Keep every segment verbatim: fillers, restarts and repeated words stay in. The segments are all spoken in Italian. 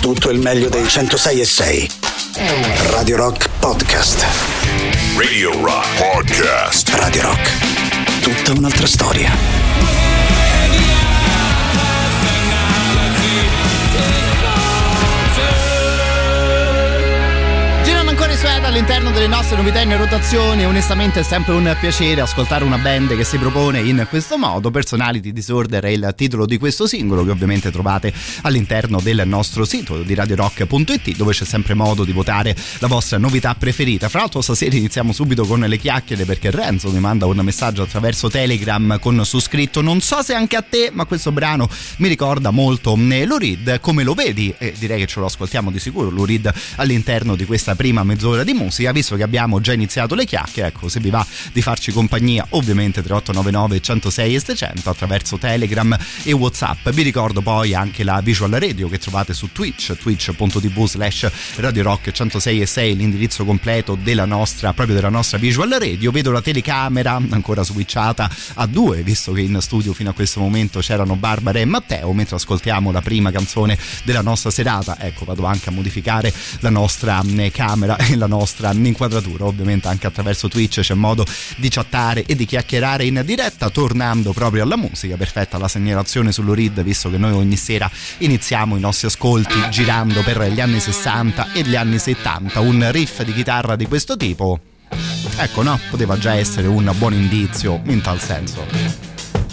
tutto il meglio dei centosei e sei. Radio Rock Podcast. Radio Rock Podcast. Radio Rock. Tutta un'altra storia. All'interno delle nostre novità in rotazione, onestamente è sempre un piacere ascoltare una band che si propone in questo modo. Personality Disorder è il titolo di questo singolo, che ovviamente trovate all'interno del nostro sito di radio rock punto it, dove c'è sempre modo di votare la vostra novità preferita. Fra l'altro stasera iniziamo subito con le chiacchiere, perché Renzo mi manda un messaggio attraverso Telegram con su scritto: non so se anche a te, ma questo brano mi ricorda molto Lou Reed, come lo vedi? E direi che ce lo ascoltiamo di sicuro Lou Reed all'interno di questa prima mezz'ora di musica, visto che abbiamo già iniziato le chiacchiere. Ecco, se vi va di farci compagnia, ovviamente tre otto nove nove centosei e seicento attraverso Telegram e WhatsApp. Vi ricordo poi anche la Visual Radio che trovate su Twitch, twitch punto tv slash Radio Rock centosei e sei, l'indirizzo completo della nostra, proprio della nostra Visual Radio. Vedo la telecamera ancora switchata a due, visto che in studio fino a questo momento c'erano Barbara e Matteo, mentre ascoltiamo la prima canzone della nostra serata. Ecco, vado anche a modificare la nostra camera e la nostra inquadratura. Ovviamente anche attraverso Twitch c'è modo di chattare e di chiacchierare in diretta. Tornando proprio alla musica, perfetta la segnalazione su Lou Reed, visto che noi ogni sera iniziamo i nostri ascolti girando per gli anni sessanta e gli anni settanta. Un riff di chitarra di questo tipo, ecco, no, poteva già essere un buon indizio in tal senso.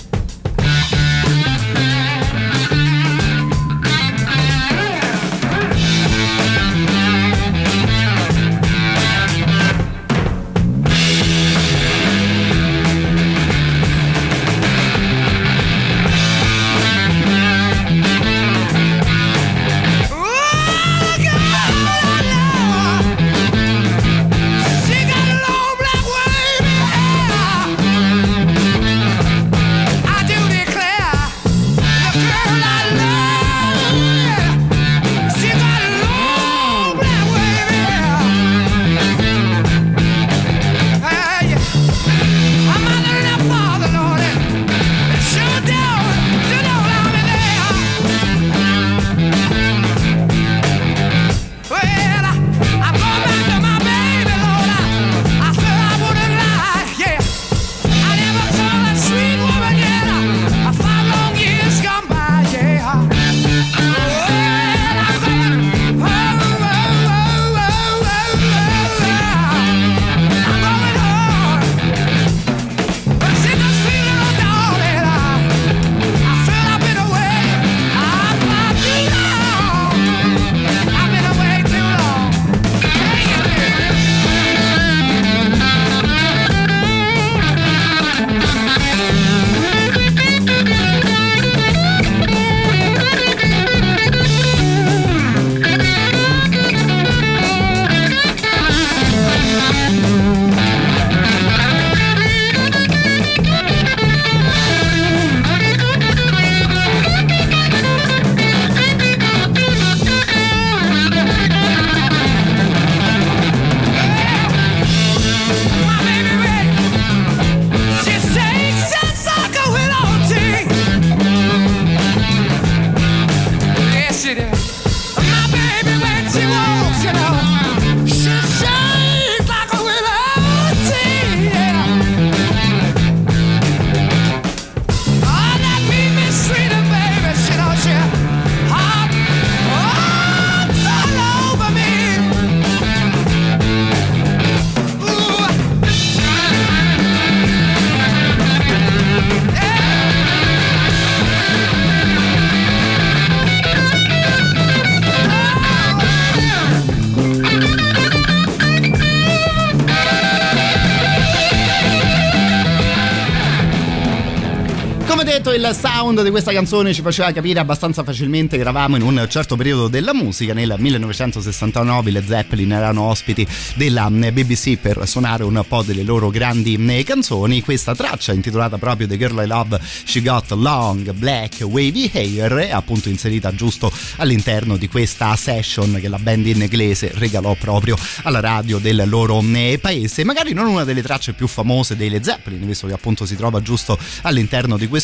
Il sound di questa canzone ci faceva capire abbastanza facilmente che eravamo in un certo periodo della musica. Nel millenovecentosessantanove le Zeppelin erano ospiti della B B C per suonare un po' delle loro grandi canzoni. Questa traccia, intitolata proprio The Girl I Love, She Got Long Black Wavy Hair, è appunto inserita giusto all'interno di questa session che la band inglese regalò proprio alla radio del loro paese. Magari non una delle tracce più famose delle Zeppelin, visto che appunto si trova giusto all'interno di questo live,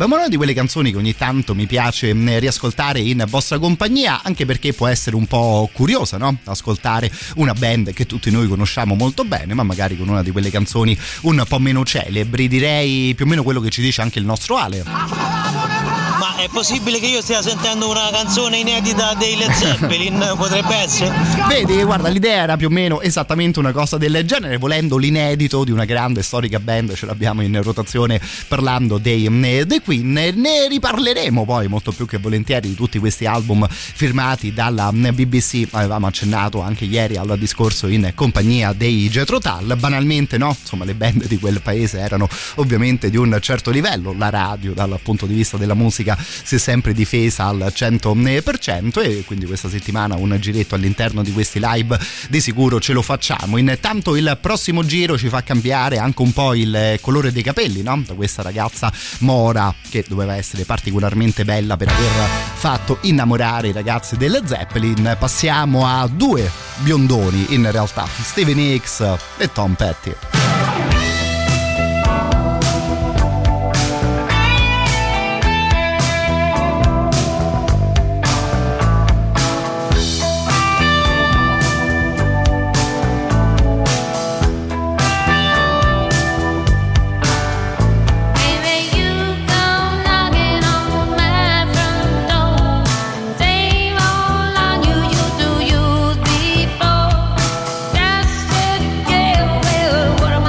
live, ma una di quelle canzoni che ogni tanto mi piace riascoltare in vostra compagnia, anche perché può essere un po' curiosa, no? Ascoltare una band che tutti noi conosciamo molto bene, ma magari con una di quelle canzoni un po' meno celebri. Direi più o meno quello che ci dice anche il nostro Ale. Ma è possibile che io stia sentendo una canzone inedita dei Led Zeppelin? Potrebbe essere? Vedi, guarda, l'idea era più o meno esattamente una cosa del genere, volendo l'inedito di una grande storica band ce l'abbiamo in rotazione parlando dei, dei Queen. Ne riparleremo poi molto più che volentieri di tutti questi album firmati dalla B B C. Avevamo accennato anche ieri al discorso in compagnia dei Jethro Tull. Banalmente, no? Insomma, le band di quel paese erano ovviamente di un certo livello, la radio dal punto di vista della musica si è sempre difesa al cento per cento, e quindi questa settimana un giretto all'interno di questi live di sicuro ce lo facciamo. Intanto il prossimo giro ci fa cambiare anche un po' il colore dei capelli, no? Da questa ragazza mora che doveva essere particolarmente bella per aver fatto innamorare i ragazzi delle Zeppelin, passiamo a due biondoni in realtà, Stevie Nicks e Tom Petty. What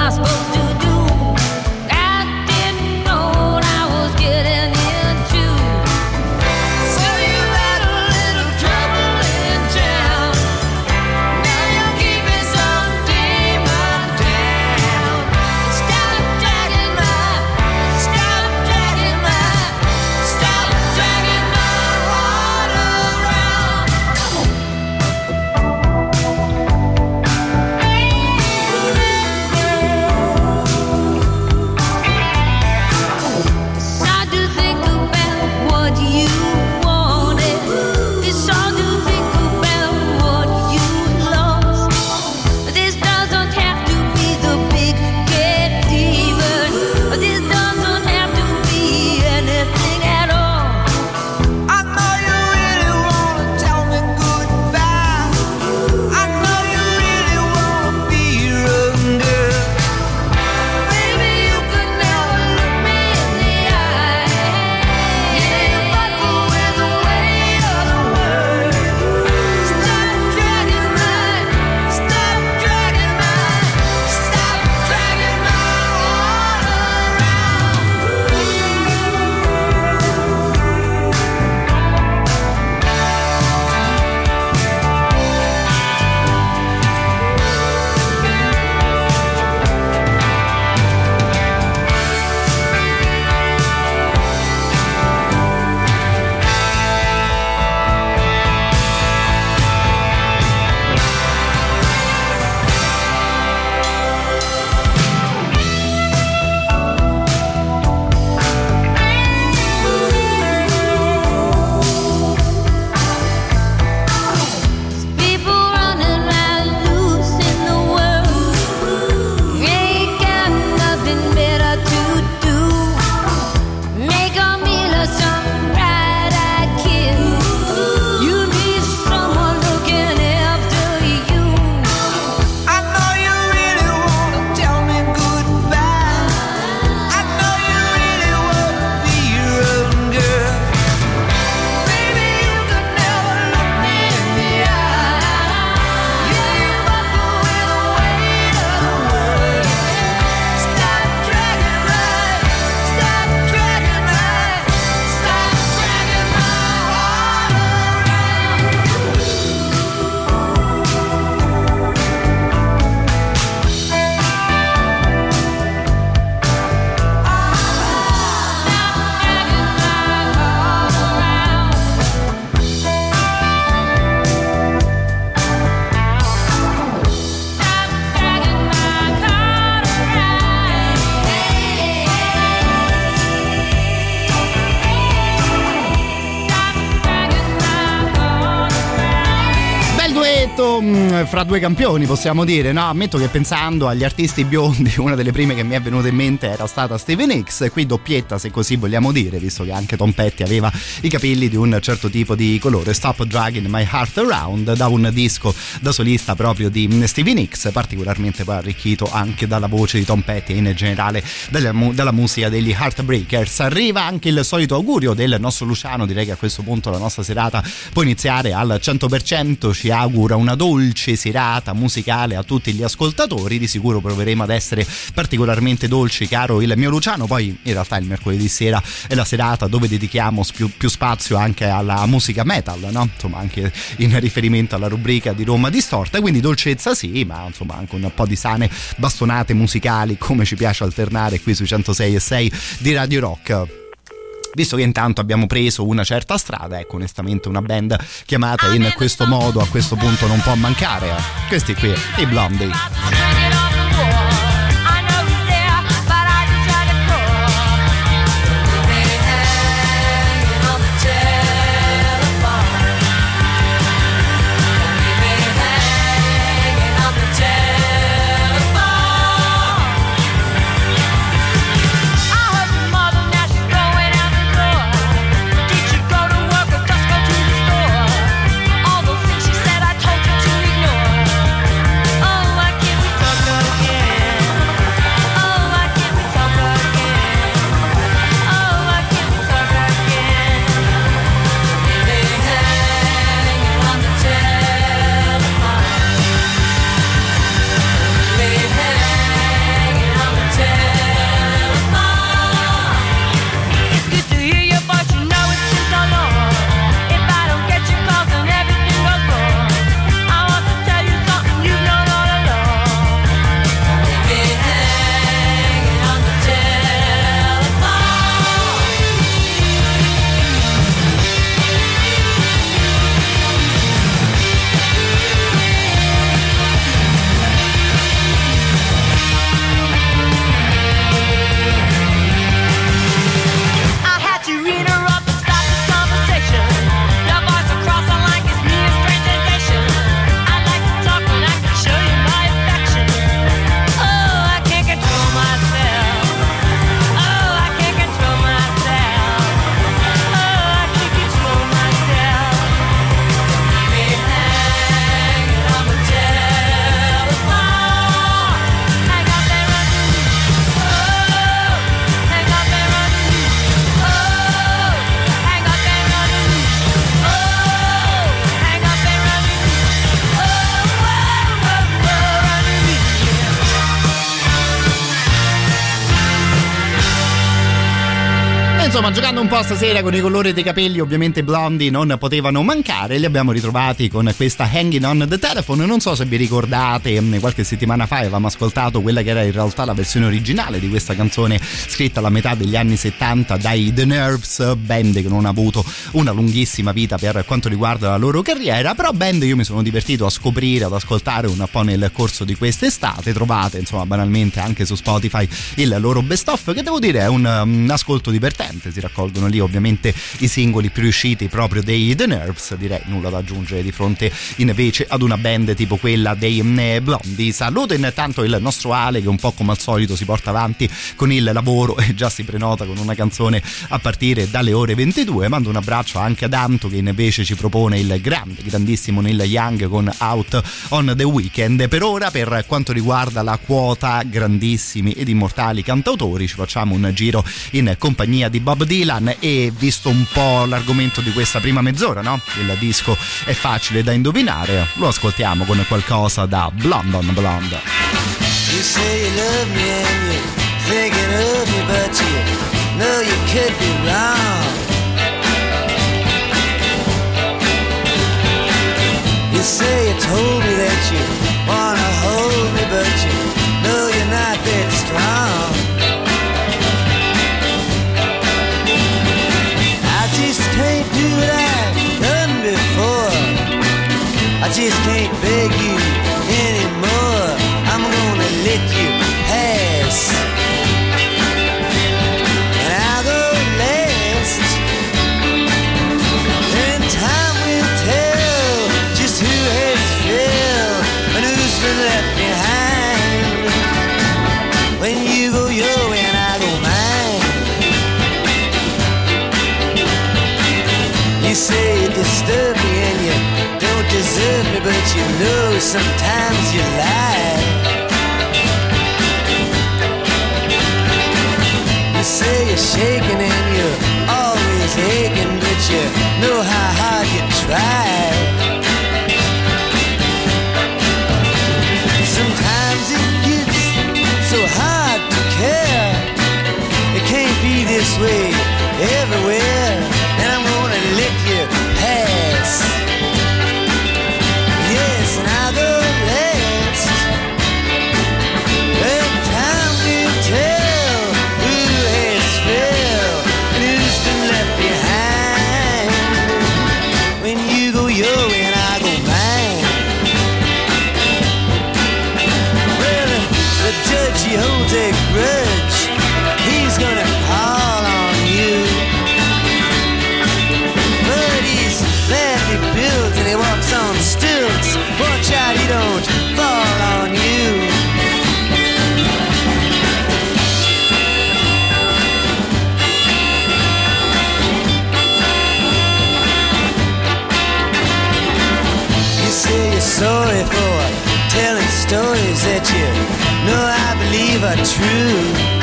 letto mh, fra due campioni, possiamo dire, no? Ammetto che pensando agli artisti biondi una delle prime che mi è venuta in mente era stata Stevie Nicks, qui doppietta se così vogliamo dire, visto che anche Tom Petty aveva i capelli di un certo tipo di colore. Stop Dragging My Heart Around, da un disco da solista proprio di Stevie Nicks, particolarmente poi arricchito anche dalla voce di Tom Petty e in generale dalla, dalla musica degli Heartbreakers. Arriva anche il solito augurio del nostro Luciano, direi che a questo punto la nostra serata può iniziare al cento per cento, ci augura una dolce serata musicale a tutti gli ascoltatori, di sicuro proveremo ad essere particolarmente dolci, caro il mio Luciano. Poi in realtà il mercoledì sera è la serata dove dedichiamo più, più spazio anche alla musica metal, no? Insomma, anche in riferimento alla rubrica di Roma Distorta, quindi dolcezza sì, ma insomma anche un po' di sane bastonate musicali, come ci piace alternare qui sui centosei e sei di Radio Rock. Visto che intanto abbiamo preso una certa strada, ecco, onestamente una band chiamata in questo modo a questo punto non può mancare. Questi qui, i Blondie. Insomma, giocando un po' stasera con i colori dei capelli, ovviamente Blondie non potevano mancare. Li abbiamo ritrovati con questa Hanging on the Telephone. Non so se vi ricordate, qualche settimana fa avevamo ascoltato quella che era in realtà la versione originale di questa canzone, scritta alla metà degli anni settanta dai The Nerves, band che non ha avuto una lunghissima vita per quanto riguarda la loro carriera, però band io mi sono divertito a scoprire, ad ascoltare un po' nel corso di quest'estate. Trovate insomma banalmente anche su Spotify il loro best of, che devo dire è un, un ascolto divertente. Si raccolgono lì ovviamente i singoli più usciti proprio dei The Nerves, direi nulla da aggiungere di fronte invece ad una band tipo quella dei Blondie. Saluto intanto il nostro Ale che un po' come al solito si porta avanti con il lavoro e già si prenota con una canzone a partire dalle ore ventidue. Mando un abbraccio anche ad Anto che invece ci propone il grande, grandissimo Neil Young con Out on the Weekend. Per ora, per quanto riguarda la quota grandissimi ed immortali cantautori, ci facciamo un giro in compagnia di Bob Dylan e visto un po' l'argomento di questa prima mezz'ora, no? Il disco è facile da indovinare, lo ascoltiamo con qualcosa da Blonde on Blonde. You say you love me and you're thinking of me, but you know you could be wrong. You say you told me that you wanna hold me, but you know you're not that strong. Can't do what I've done before. I just can't beg you anymore. I'm gonna let you pass, and I'll go last. Then time will tell just who has failed. love me, but you know sometimes you lie. You say you're shaking and you're always aching, but you know how hard you try. Sometimes it gets so hard to care. It can't be this way everywhere, and I'm gonna let you pass. Yes, and I'll go last. But time will tell who has fell and who's been left behind. When you go your way and I go mine. Well, the judge, he holds a grudge. He's gonna call on you. But he's badly built and he walks on stilts. Watch out he don't fall on you. You say you're sorry for telling stories that you know I believe are true.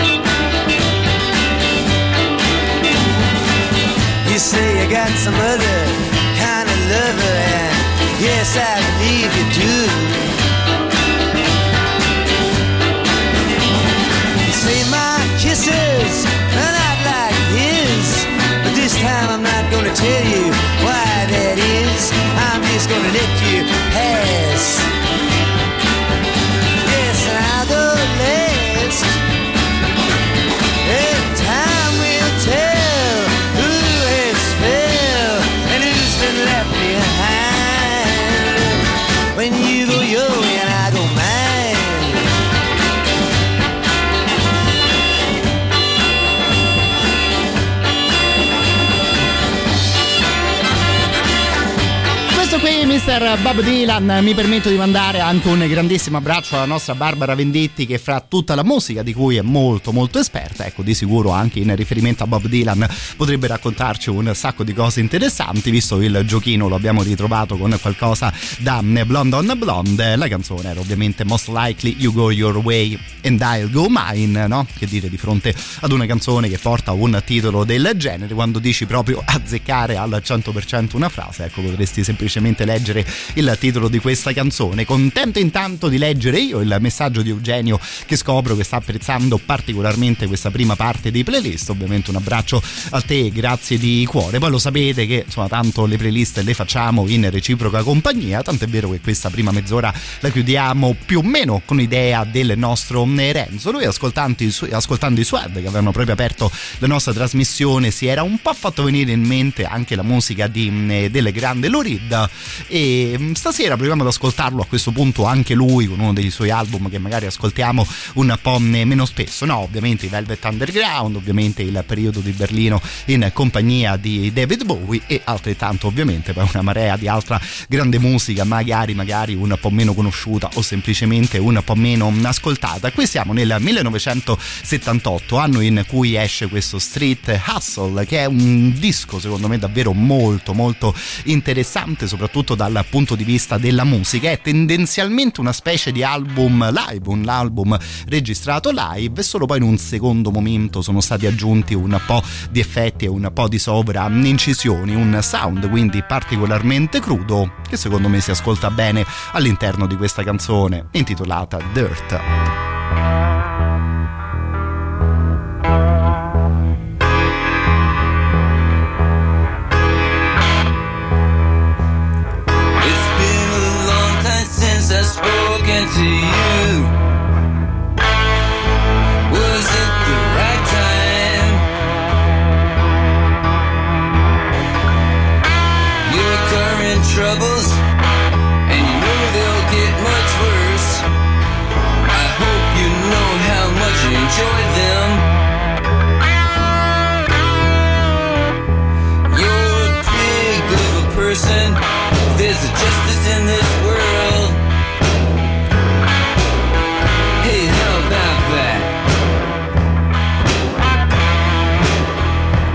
You say you got some other kind of lover, and yes, I believe you do. You say my kisses are not like his, but this time I'm not gonna tell you why that is. I'm just gonna let you pass. Yes, and I'll go last. And time will tell who has fell and who's been left behind. When you go your way and I go mine. Questo qui, mister Bob Dylan. Mi permetto di mandare anche un grandissimo abbraccio alla nostra Barbara Venditti, che fra tutta la musica di cui è molto molto esperta, ecco, di sicuro anche in riferimento a Bob Dylan potrebbe raccontarci un sacco di cose interessanti, visto il giochino lo abbiamo ritrovato con qualcosa da Blonde on Blonde. La canzone era ovviamente Most Likely You Go Your Way and I'll Go Mine, no? Che dire di fronte ad una canzone che porta un titolo del genere, quando dici proprio azzeccare al cento per cento una frase, ecco, potresti semplicemente leggere il titolo di questa canzone. Contento intanto di leggere io il messaggio di Eugenio, che scopro che sta apprezzando particolarmente questa prima parte di playlist. Ovviamente un abbraccio a te, grazie di cuore. Poi lo sapete che insomma tanto le playlist le facciamo in reciproca compagnia, tant'è vero che questa prima mezz'ora la chiudiamo più o meno con idea del nostro Renzo. Lui, ascoltando i, su- ascoltando i Suede, che avevano proprio aperto la nostra trasmissione, si era un po' fatto venire in mente anche la musica di, del grande Lou Reed, e stasera proviamo ad ascoltarlo a questo punto anche lui con uno dei suoi album che magari ascoltiamo un po' meno spesso, no? Ovviamente i Velvet Underground, ovviamente il periodo di Berlino in compagnia di David Bowie, e altrettanto ovviamente poi una marea di altra grande musica, magari magari un po' meno conosciuta o semplicemente un po' meno ascoltata. Qui siamo nel millenovecentosettantotto, anno in cui esce questo Street Hustle, che è un disco secondo me davvero molto molto interessante, soprattutto dal punto di vista della musica. È tendenzialmente una specie di album live, un album registrato live, e solo poi in un secondo momento sono stati aggiunti un po' di effetti e un po' di sovra incisioni, un sound quindi particolarmente crudo, che secondo me si ascolta bene all'interno di questa canzone intitolata Dirt. I've spoken to you. Was it the right time? Your current troubles, and you know they'll get much worse. I hope you know how much you enjoy them. You're a pig of a person. There's a justice in this world. Hey, how about that?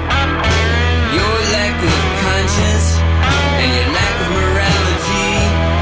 Your lack of conscience and your lack of morality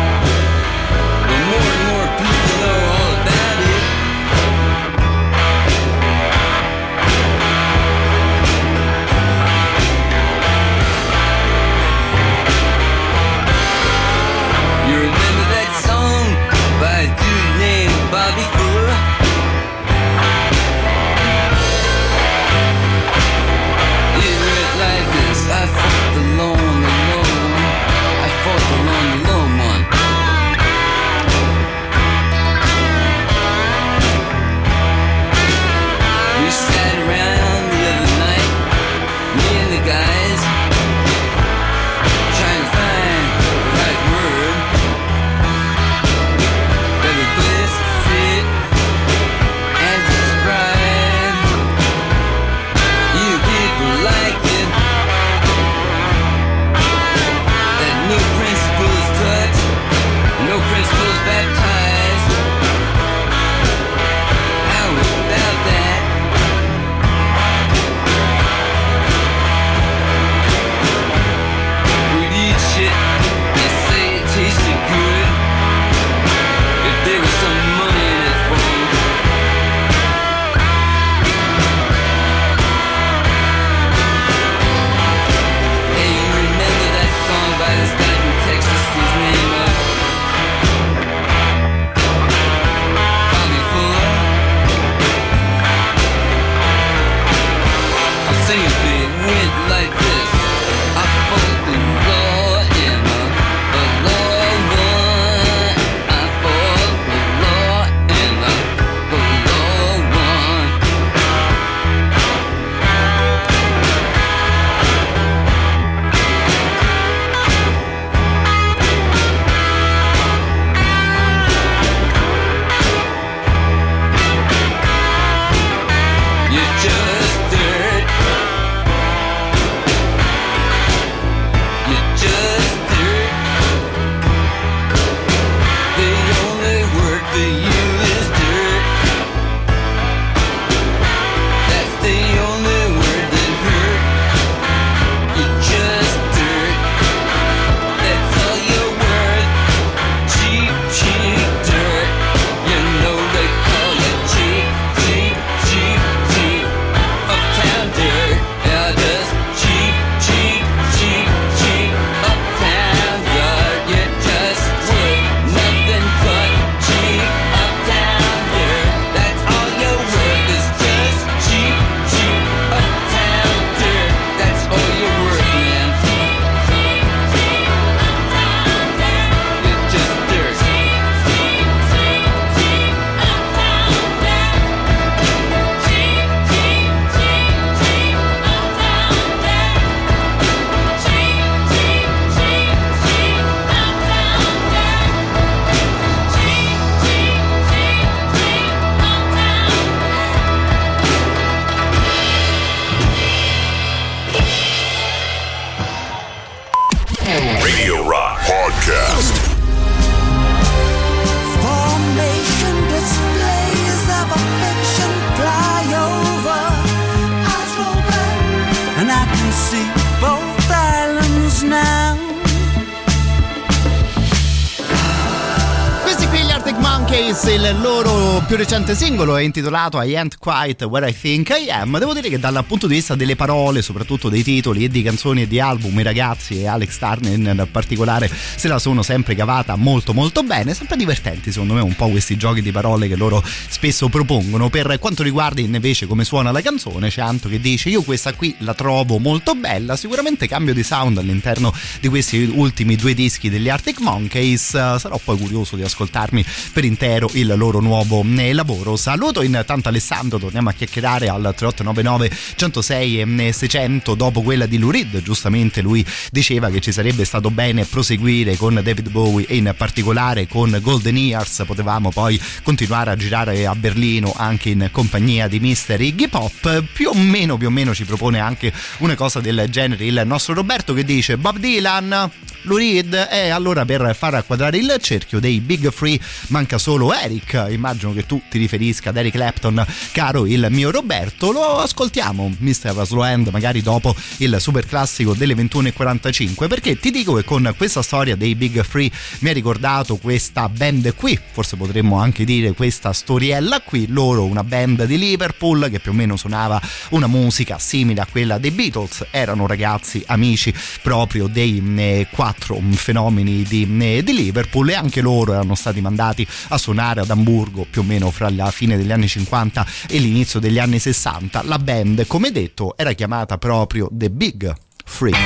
Monkeys, il loro più recente singolo è intitolato I Ain't Quite Where I Think I Am. Devo dire che dal punto di vista delle parole, soprattutto dei titoli e di canzoni e di album, i ragazzi e Alex Turner in particolare se la sono sempre cavata molto molto bene, sempre divertenti secondo me un po' questi giochi di parole che loro spesso propongono. Per quanto riguarda invece come suona la canzone, c'è Anto che dice: io questa qui la trovo molto bella, sicuramente cambio di sound all'interno di questi ultimi due dischi degli Arctic Monkeys, sarò poi curioso di ascoltarmi per intero il loro nuovo lavoro. Saluto intanto Alessandro, torniamo a chiacchierare al tre otto nove nove centosei e seicento dopo quella di Lou Reed. Giustamente lui diceva che ci sarebbe stato bene proseguire con David Bowie e in particolare con Golden Years, potevamo poi continuare a girare a Berlino anche in compagnia di mister Iggy Pop. Più o meno più o meno ci propone anche una cosa del genere il nostro Roberto, che dice: Bob Dylan, Lou Reed, e allora per far quadrare il cerchio dei Big Free manca solo Eric. Immagino che tu ti riferisca ad Eric Clapton, caro il mio Roberto. Lo ascoltiamo mister Slow Hand magari dopo il super classico delle ventuno e quarantacinque, perché ti dico che con questa storia dei Big Free mi ha ricordato questa band qui, forse potremmo anche dire questa storiella qui. Loro, una band di Liverpool che più o meno suonava una musica simile a quella dei Beatles, erano ragazzi amici proprio dei eh, quattro fenomeni di, eh, di Liverpool, e anche loro erano stati mandati a suonare ad Amburgo più o meno fra la fine degli anni cinquanta e l'inizio degli anni sessanta. La band, come detto, era chiamata proprio The Big Free.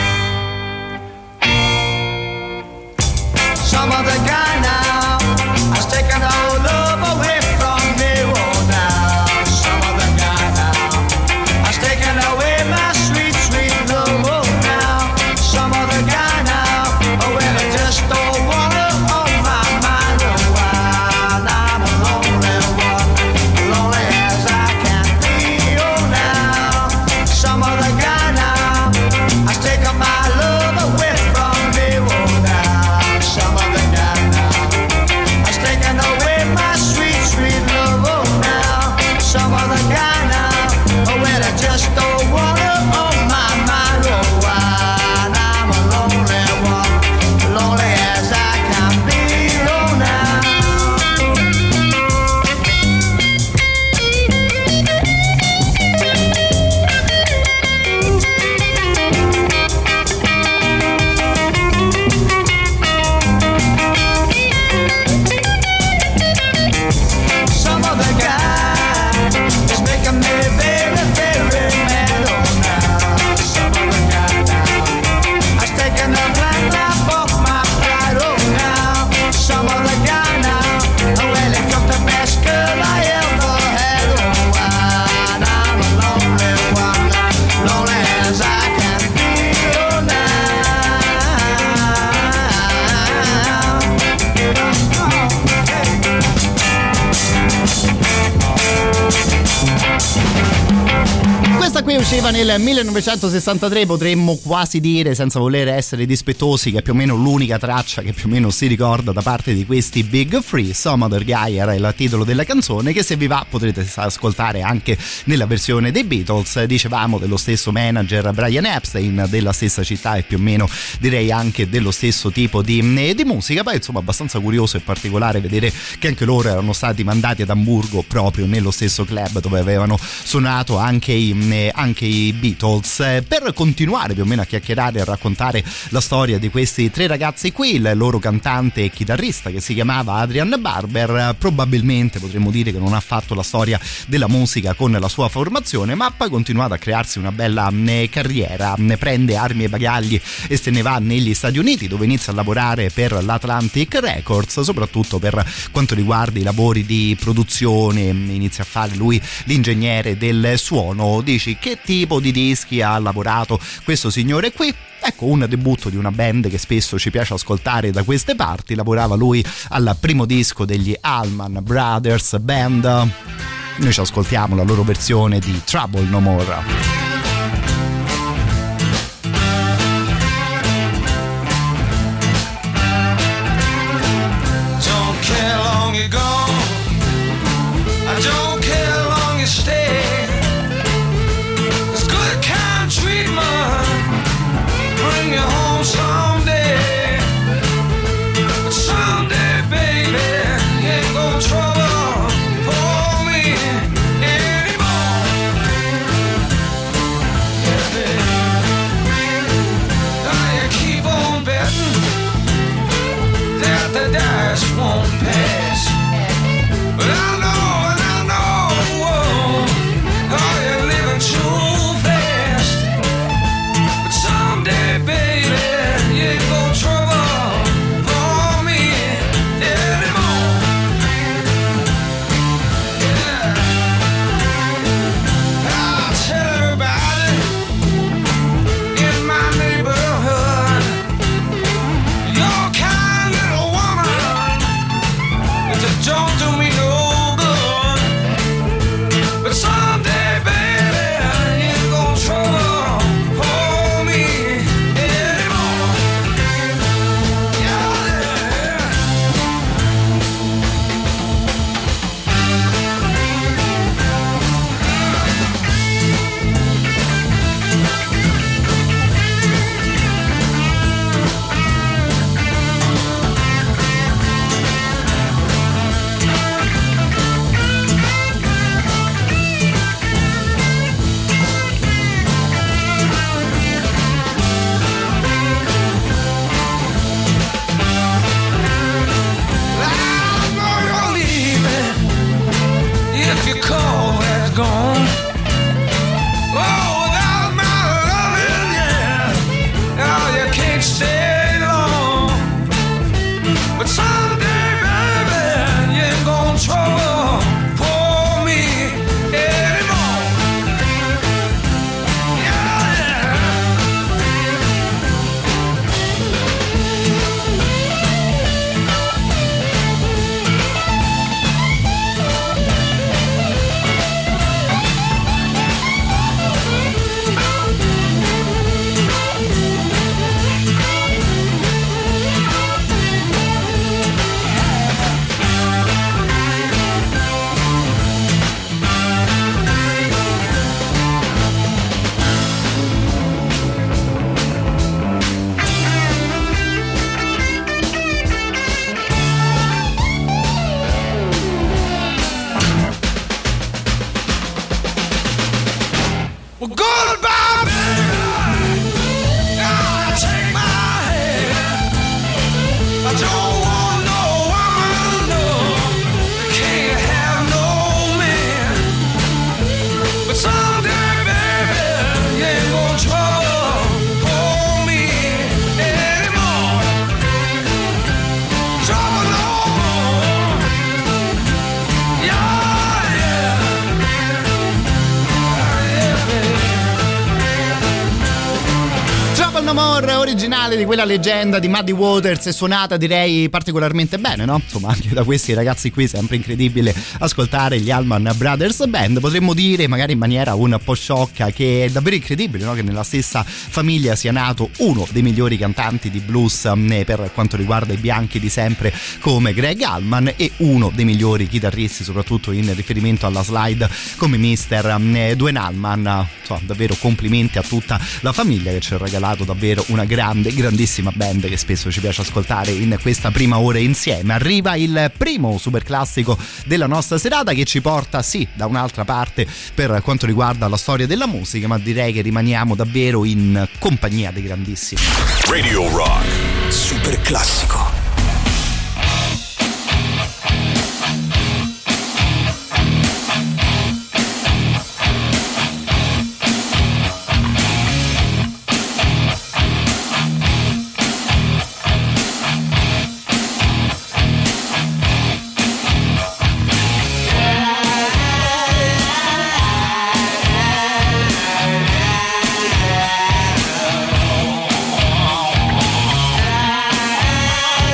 Some other guy now has taken our love away from me. Oh, now some other guy now has taken away my sweet, sweet love. Oh, now some other guy now, oh, well, I just don't wanna hold my mind. Oh, while I'm a lonely one, lonely as I can be. Oh, now some other guy now has taken my love away from me. Oh, now some other guy now has taken away my sweet, sweet love. Oh, now some other guy now, oh, well, I just don't wanna hold my mind. Oh, while I'm a lonely one, lonely as I can be. Oh, now. Some other guy is making me very, very mad. Oh, now some other guy now has taken the blind life off my pride. Oh, now some other guy now, oh, well, he got the best girl I ever had. Oh, while I'm a lonely one, lonely as I can be. Oh, now. Oh, hey. Questa qui usciva nel millenovecentosessantatré, potremmo quasi dire, senza voler essere dispettosi, che è più o meno l'unica traccia che più o meno si ricorda da parte di questi Big Free. Some Other Guy era il titolo della canzone, che se vi va potrete ascoltare anche nella versione dei Beatles. Dicevamo dello stesso manager Brian Epstein, della stessa città e più o meno direi anche dello stesso tipo di, di musica. Poi insomma abbastanza curioso e particolare vedere che anche loro erano stati mandati ad Amburgo proprio nello stesso club dove avevano suonato anche i anche i Beatles. Per continuare più o meno a chiacchierare e a raccontare la storia di questi tre ragazzi qui, il loro cantante e chitarrista che si chiamava Adrian Barber probabilmente potremmo dire che non ha fatto la storia della musica con la sua formazione, ma poi ha continuato a crearsi una bella carriera. Prende armi e bagagli e se ne va negli Stati Uniti, dove inizia a lavorare per l'Atlantic Records, soprattutto per quanto riguarda i lavori di produzione. Inizia a fare lui l'ingegnere del suono. Dici: che tipo di dischi ha lavorato questo signore qui? Ecco, un debutto di una band che spesso ci piace ascoltare da queste parti. Lavorava lui al primo disco degli Allman Brothers Band. Noi ci ascoltiamo la loro versione di Trouble No More. Someday, baby, ain't gonna try. past. But I know, and I know, whoa, oh, you're living too fast. But someday, baby, you ain't gon' trouble for me anymore. Yeah. I'll tell everybody in my neighborhood, your kind little woman, it don't do me no good. But someday, baby, you ain't gon' trouble for me anymore. Yeah, yeah. I know you're leaving. If your call has gone, oh, without my loving, yeah, oh, you can't stay long. But someday, baby, you ain't gon' trouble for me anymore. Yeah, yeah. Well, goodbye, baby. Now take my hand. I don't want no woman, no. Can't have no man. But someday, baby, you ain't gon' trouble for me anymore. Trouble no more. Yeah, yeah. Yeah, baby. Trouble No More, originale di quella leggenda di Muddy Waters, e suonata direi particolarmente bene, no? Insomma, anche da questi ragazzi qui sempre incredibile ascoltare gli Allman Brothers Band. Potremmo dire magari in maniera un po' sciocca che è davvero incredibile, no? Che nella stessa famiglia sia nato uno dei migliori cantanti di blues eh, per quanto riguarda i bianchi di sempre come Greg Allman, e uno dei migliori chitarristi, soprattutto in riferimento alla slide, come mister eh, Duane Allman. Insomma, davvero complimenti a tutta la famiglia che ci ha regalato davvero una grande, grandissima band che spesso ci piace ascoltare in questa prima ora insieme. Arriva il primo super classico della nostra serata, che ci porta sì da un'altra parte per quanto riguarda la storia della musica, ma direi che rimaniamo davvero in compagnia dei grandissimi. Radio Rock. Super classico. Yeah.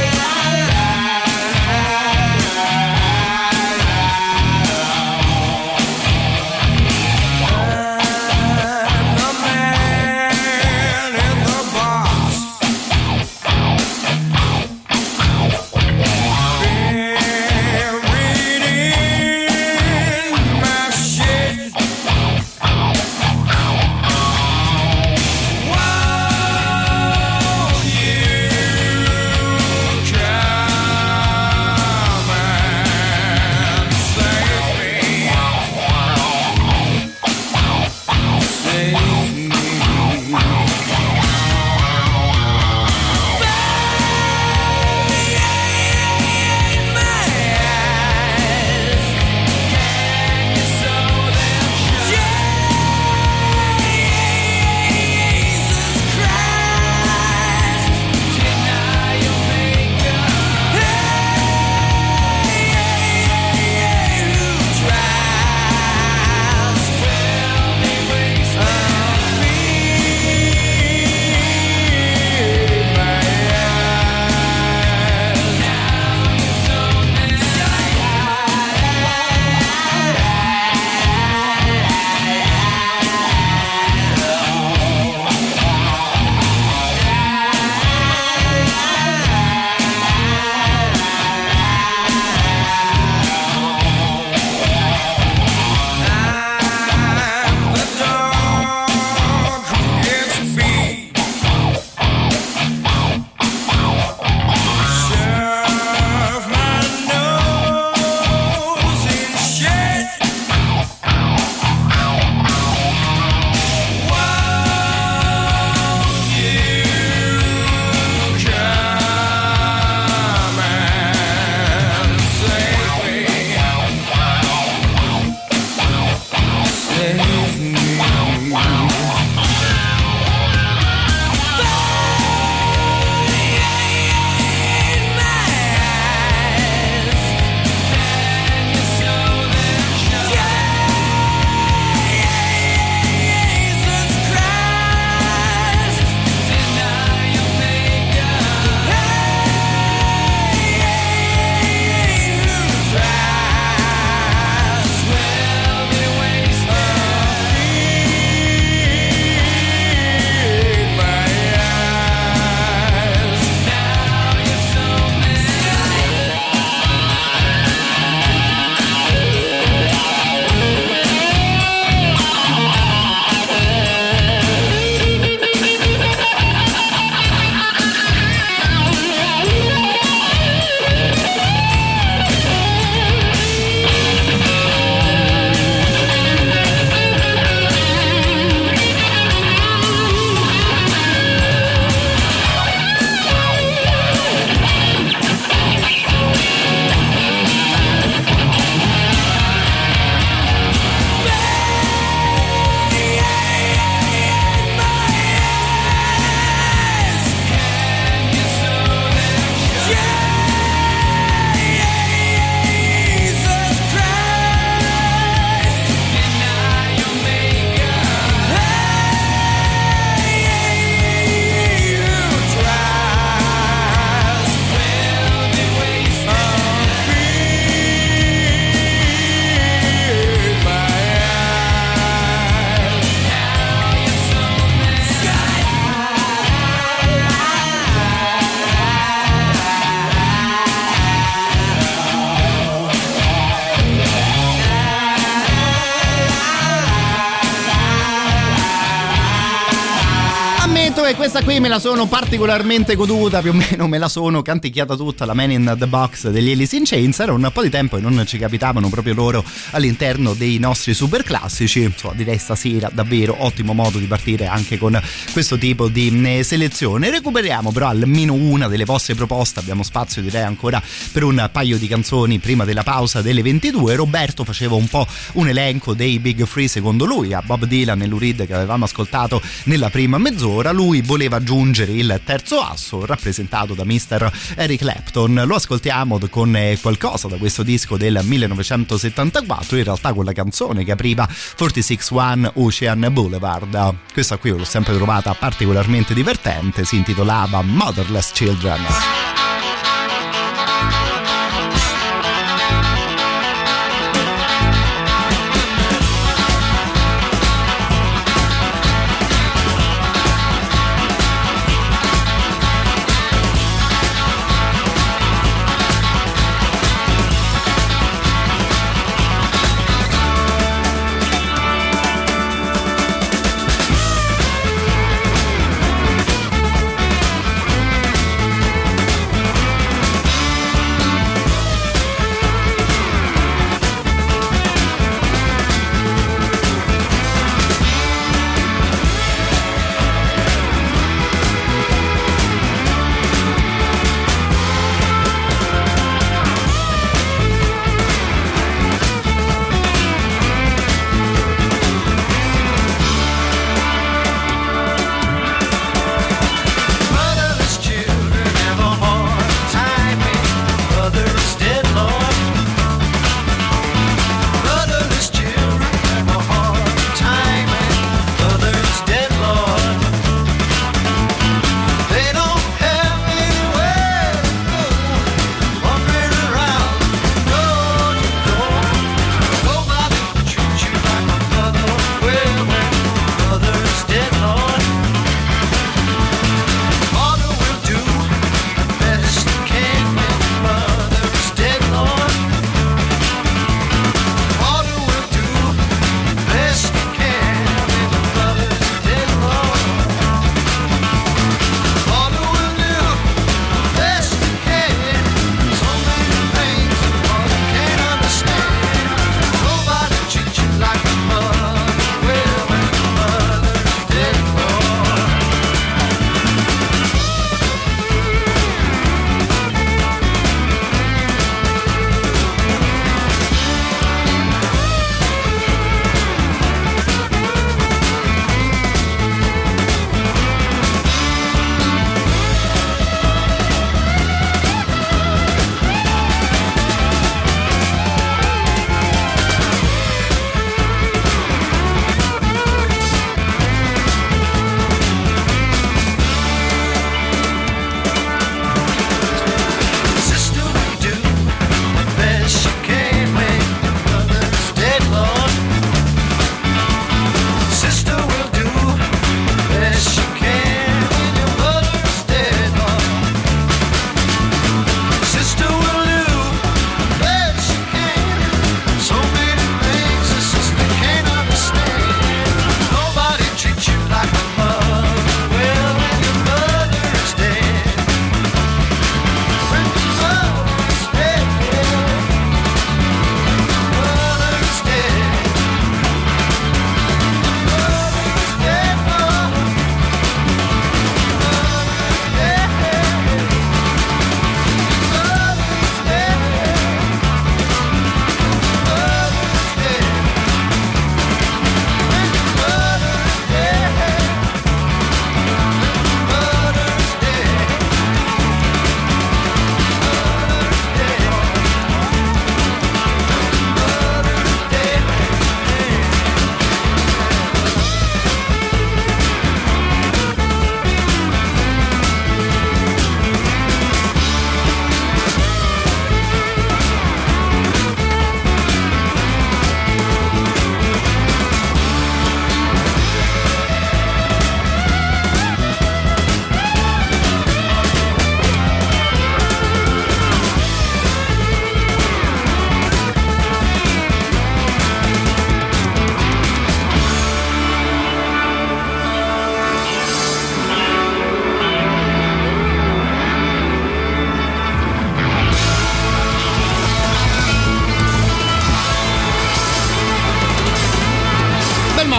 Comunque questa qui me la sono particolarmente goduta, più o meno me la sono canticchiata tutta, la Man in the Box degli Alice in Chains. Era un po' di tempo e non ci capitavano proprio loro all'interno dei nostri super classici. Insomma, direi stasera davvero ottimo modo di partire anche con questo tipo di selezione. Recuperiamo però almeno una delle vostre proposte, abbiamo spazio direi ancora per un paio di canzoni prima della pausa delle ventidue. Roberto faceva un po' un elenco dei Big Free secondo lui, a Bob Dylan e Lou Reed che avevamo ascoltato nella prima mezz'ora. Lui voleva aggiungere il terzo asso rappresentato da mister Eric Clapton. Lo ascoltiamo con qualcosa da questo disco del millenovecentosettantaquattro, in realtà con la canzone che apriva quarantasei uno Ocean Boulevard. Questa qui l'ho sempre trovata particolarmente divertente, si intitolava Motherless Children.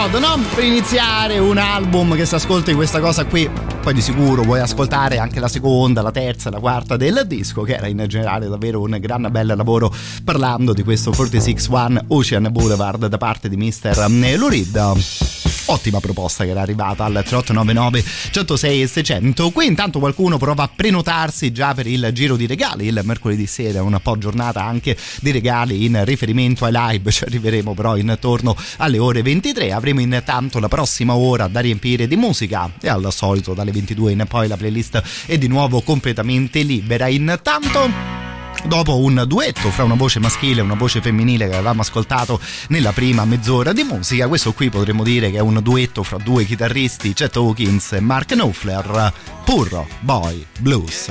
modo, no? Per iniziare un album che se ascolti questa cosa qui, poi di sicuro vuoi ascoltare anche la seconda, la terza, la quarta del disco, che era in generale davvero un gran bel lavoro, parlando di questo quarantasei uno Ocean Boulevard da parte di mister Lou Reed. Ottima proposta che era arrivata al tre otto nove nove, centosei e seicento. Qui intanto qualcuno prova a prenotarsi già per il giro di regali il mercoledì sera, un po' giornata anche di regali in riferimento ai live. Ci arriveremo però intorno alle ore ventitré. Avremo intanto la prossima ora da riempire di musica e al solito dalle ventidue in poi la playlist è di nuovo completamente libera. Intanto, dopo un duetto fra una voce maschile e una voce femminile che avevamo ascoltato nella prima mezz'ora di musica, questo qui potremmo dire che è un duetto fra due chitarristi, Chet Hawkins e Mark Knopfler, puro boy blues.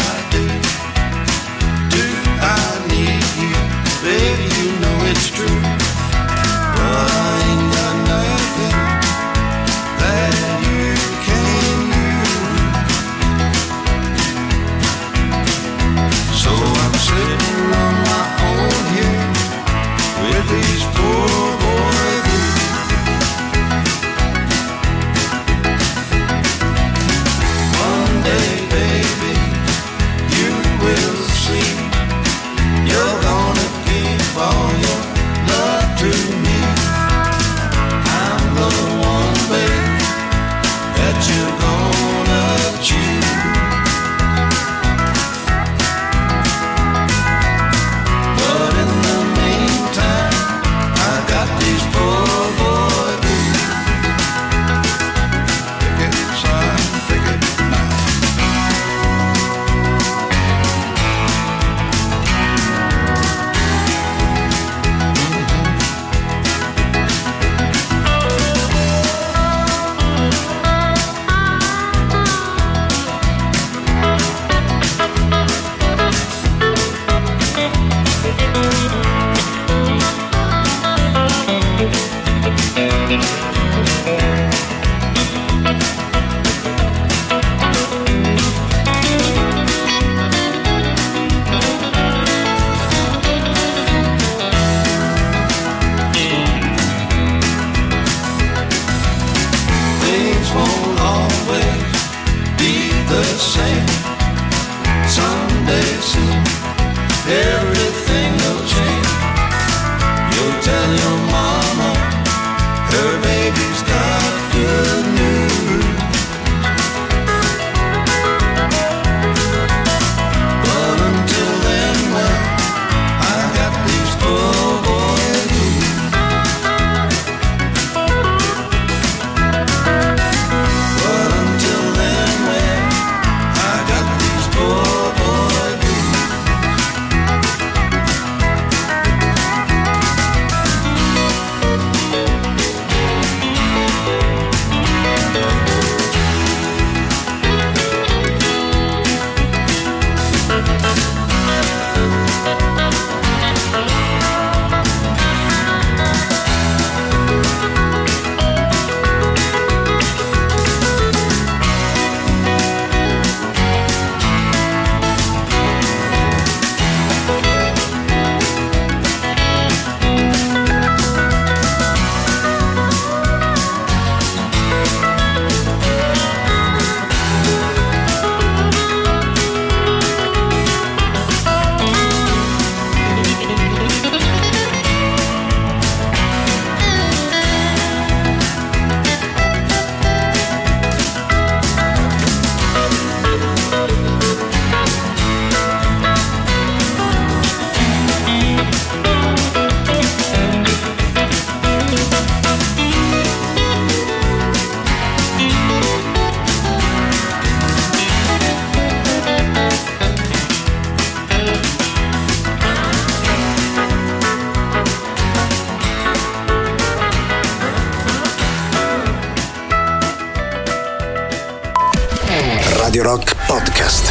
Sitting on my own here with these poor boy blues. One day, baby, you will see. You're gonna give all your love to me. I'm the one, baby, that you're gonna choose. Radio Rock Podcast.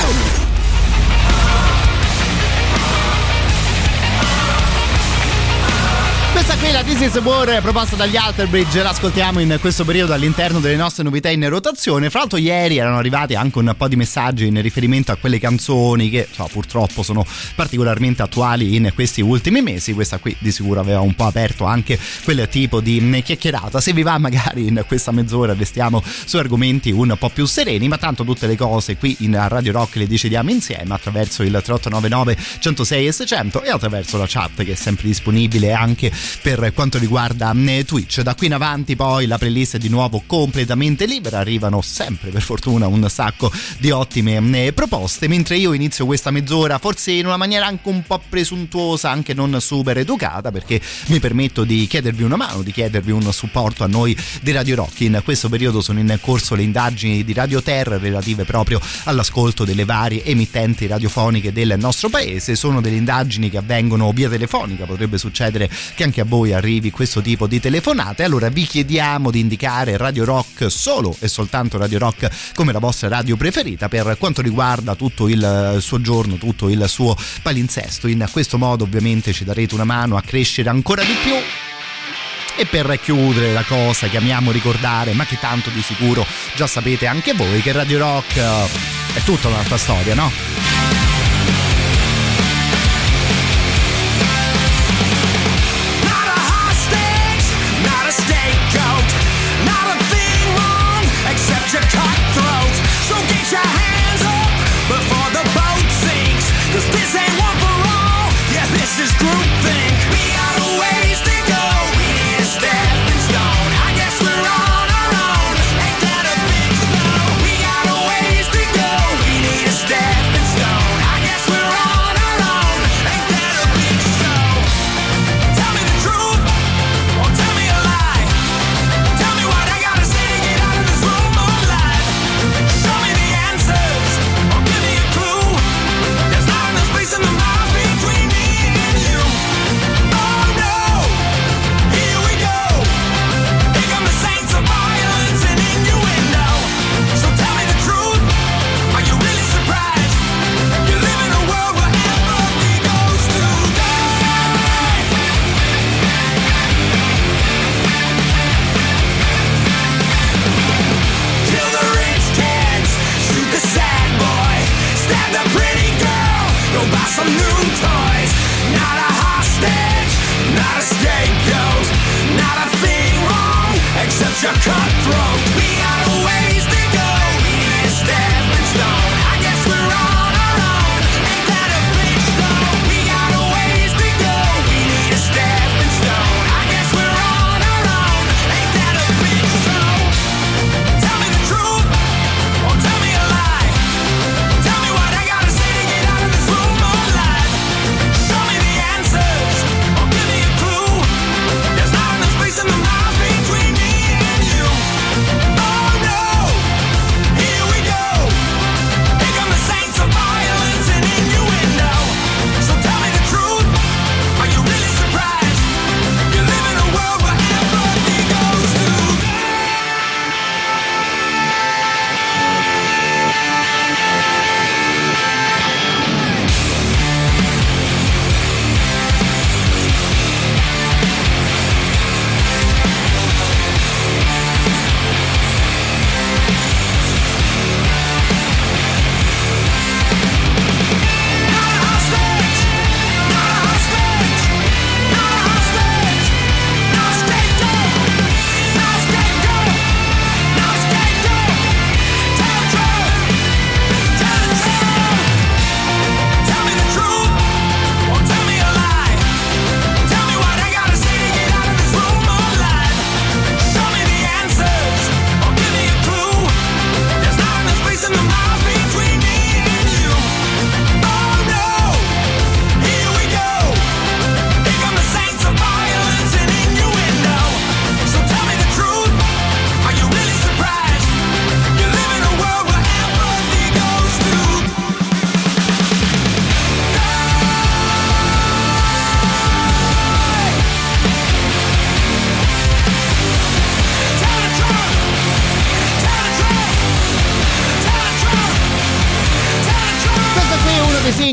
Questa qui la This Is War proposta dagli Alter Bridge l'ascoltiamo in questo periodo all'interno delle nostre novità in rotazione. Fra l'altro ieri erano arrivati anche un po' di messaggi in riferimento a quelle canzoni che so, purtroppo sono particolarmente attuali in questi ultimi mesi. Questa qui di sicuro aveva un po' aperto anche quel tipo di chiacchierata. Se vi va magari in questa mezz'ora restiamo su argomenti un po' più sereni, ma tanto tutte le cose qui in Radio Rock le decidiamo insieme attraverso il tre otto nove nove centosei e seicento e attraverso la chat che è sempre disponibile anche per quanto riguarda Twitch. Da qui in avanti poi la playlist è di nuovo completamente libera, arrivano sempre per fortuna un sacco di ottime proposte, mentre io inizio questa mezz'ora forse in una maniera anche un po' presuntuosa, anche non super educata, perché mi permetto di chiedervi una mano, di chiedervi un supporto a noi di Radio Rock. In questo periodo sono in corso le indagini di Radio Terra relative proprio all'ascolto delle varie emittenti radiofoniche del nostro paese. Sono delle indagini che avvengono via telefonica, potrebbe succedere che anche a voi arrivi questo tipo di telefonate. Allora vi chiediamo di indicare Radio Rock, solo e soltanto Radio Rock, come la vostra radio preferita per quanto riguarda tutto il suo giorno, tutto il suo palinsesto. In questo modo ovviamente ci darete una mano a crescere ancora di più. E per chiudere la cosa che amiamo ricordare, ma che tanto di sicuro già sapete anche voi, che Radio Rock è tutta un'altra storia, no? Your cutthroat, so get your hands up before the boat sinks. Cause this ain't one for all, yeah, this is groupthink. We got a ways to go, we need a stepping stone. I guess we're on our own, ain't that a big blow? We got a ways to go, we need a stepping stone. I guess we're on our own, ain't that a big show? Tell me the truth, or tell me a lie. Tell me what I gotta say to get out of this room. Show me the answers, or give me a clue. There's not enough space in the miles between me and you. Oh no, here we go. Here come the saints of violence and innuendo. So tell me the truth, are you really surprised? You live in a world where empathy goes to die. Kill the rich kids, shoot the sad boy, stab the pretty girl, go buy some new toys. Not a hostage, not a scapegoat, not a thing wrong, except your cutthroat. We got a ways to go, we need a stepping stone. I guess we're on our own, ain't that a big show? We got a ways to go, we need a stepping stone. I guess we're on our own, ain't that a big show? Tell me the truth, or tell me a lie. Tell me what I gotta say to get out of this room alive. Show me the answers, or give me a clue. There's not enough space in the miles between me and you. Oh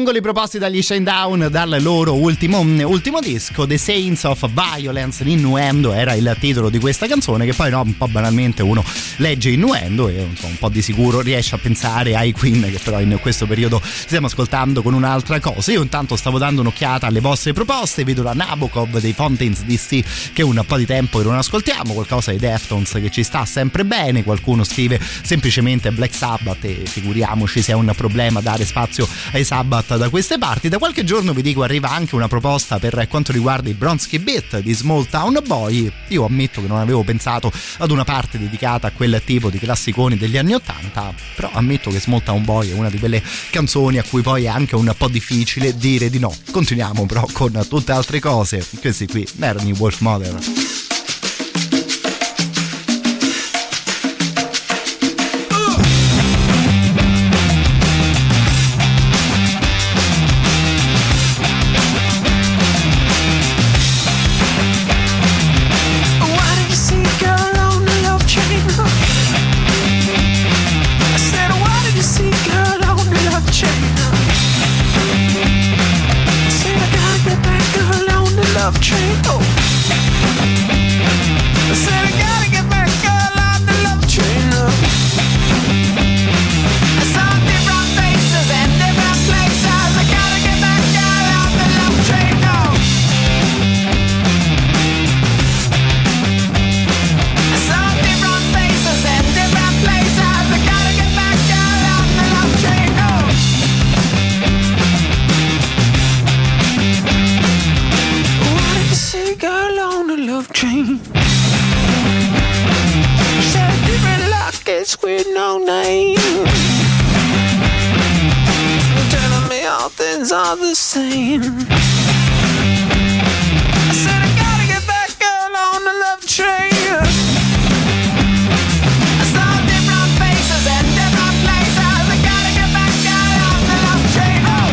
singoli proposti dagli Shinedown dal loro ultimo, ultimo disco, The Saints of Violence. L'innuendo era il titolo di questa canzone, che poi no, un po' banalmente uno legge innuendo e insomma, un po' di sicuro riesce a pensare ai Queen, che però in questo periodo stiamo ascoltando con un'altra cosa. Io intanto stavo dando un'occhiata alle vostre proposte, vedo la Nabokov dei Fountains D C che un po' di tempo che non ascoltiamo, qualcosa dei Deftones che ci sta sempre bene, qualcuno scrive semplicemente Black Sabbath e figuriamoci se è un problema dare spazio ai Sabbath da queste parti. Da qualche giorno vi dico arriva anche una proposta per quanto riguarda i Bronski Beat di Small Town Boy. Io ammetto che non avevo pensato ad una parte dedicata a quel tipo di classiconi degli anni ottanta, però ammetto che Small Town Boy è una di quelle canzoni a cui poi è anche un po' difficile dire di no. Continuiamo però con tutte altre cose. Questi qui erano i Wolfmother. Train. Oh. I said I gotta get back, girl, on the love train. Oh. I saw different faces and different places. I gotta get back, girl, on the love train. Oh. I saw different faces and different places. I gotta get back, girl, on the love train. Oh. See girl on the love train. Said different lockets with no name. Telling me all things are the same. I said I gotta get back girl on the love train. I saw different faces and different places. I gotta get back girl on the love train. Oh.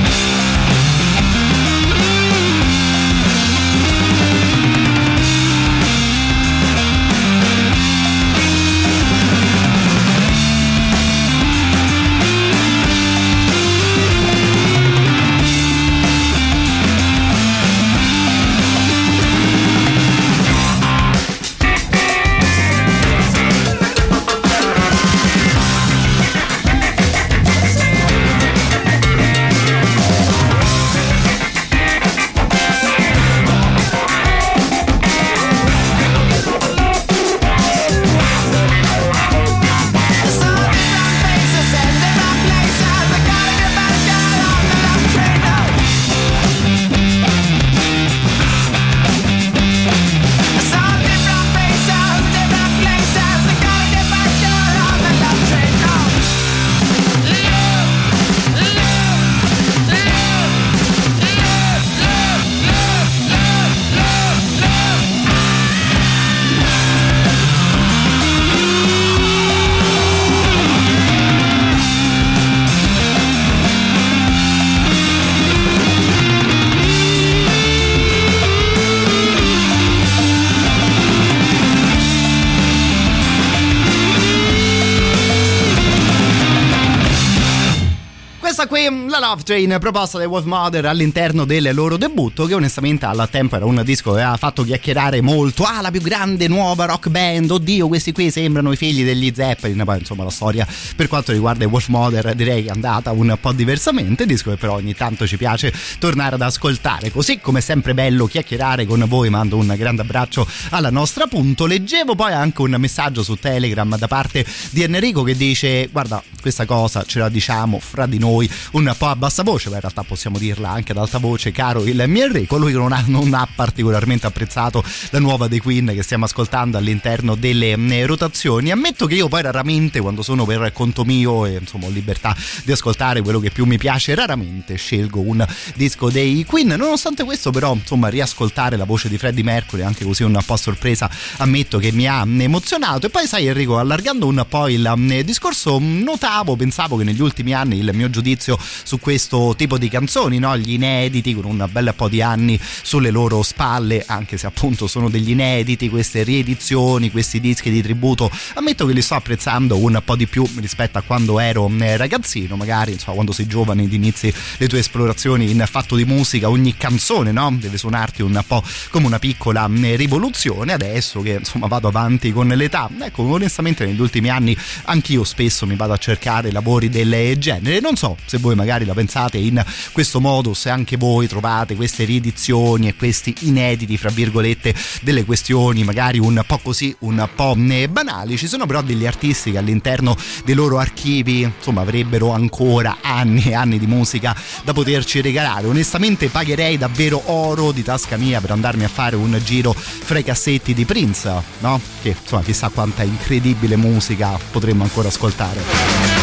qui la Love Train, proposta dai Wolfmother all'interno del loro debutto, che onestamente al tempo era un disco che aveva fatto chiacchierare molto. Ah, la più grande nuova rock band, oddio, questi qui sembrano i figli degli Zeppelin. Poi insomma la storia per quanto riguarda i Wolfmother direi che è andata un po' diversamente, disco che però ogni tanto ci piace tornare ad ascoltare. Così come è sempre bello chiacchierare con voi, mando un grande abbraccio alla nostra Punto. Leggevo poi anche un messaggio su Telegram da parte di Enrico che dice: guarda, questa cosa ce la diciamo fra di noi un po' a bassa voce, ma in realtà possiamo dirla anche ad alta voce, caro il mio Enrico. Lui non ha, non ha particolarmente apprezzato la nuova dei Queen che stiamo ascoltando all'interno delle rotazioni. Ammetto che io poi raramente, quando sono per conto mio e insomma ho libertà di ascoltare quello che più mi piace, raramente scelgo un disco dei Queen. Nonostante questo però insomma riascoltare la voce di Freddie Mercury anche così un po' a sorpresa, ammetto che mi ha emozionato. E poi sai Enrico, allargando un po' il discorso, notavo, pensavo che negli ultimi anni il mio giudizio proprio su questo tipo di canzoni, no? Gli inediti con un bel po' di anni sulle loro spalle, anche se appunto sono degli inediti, queste riedizioni, questi dischi di tributo, ammetto che li sto apprezzando un po' di più rispetto a quando ero ragazzino, magari insomma quando sei giovane ed inizi le tue esplorazioni in fatto di musica, ogni canzone, no? Deve suonarti un po' come una piccola rivoluzione. Adesso che insomma vado avanti con l'età, ecco, onestamente negli ultimi anni anch'io spesso mi vado a cercare lavori del genere. Non so se voi magari la pensate in questo modo, se anche voi trovate queste riedizioni e questi inediti fra virgolette delle questioni magari un po' così, un po' banali. Ci sono però degli artisti che all'interno dei loro archivi insomma avrebbero ancora anni e anni di musica da poterci regalare. Onestamente pagherei davvero oro di tasca mia per andarmi a fare un giro fra i cassetti di Prince, no? Che insomma chissà quanta incredibile musica potremmo ancora ascoltare.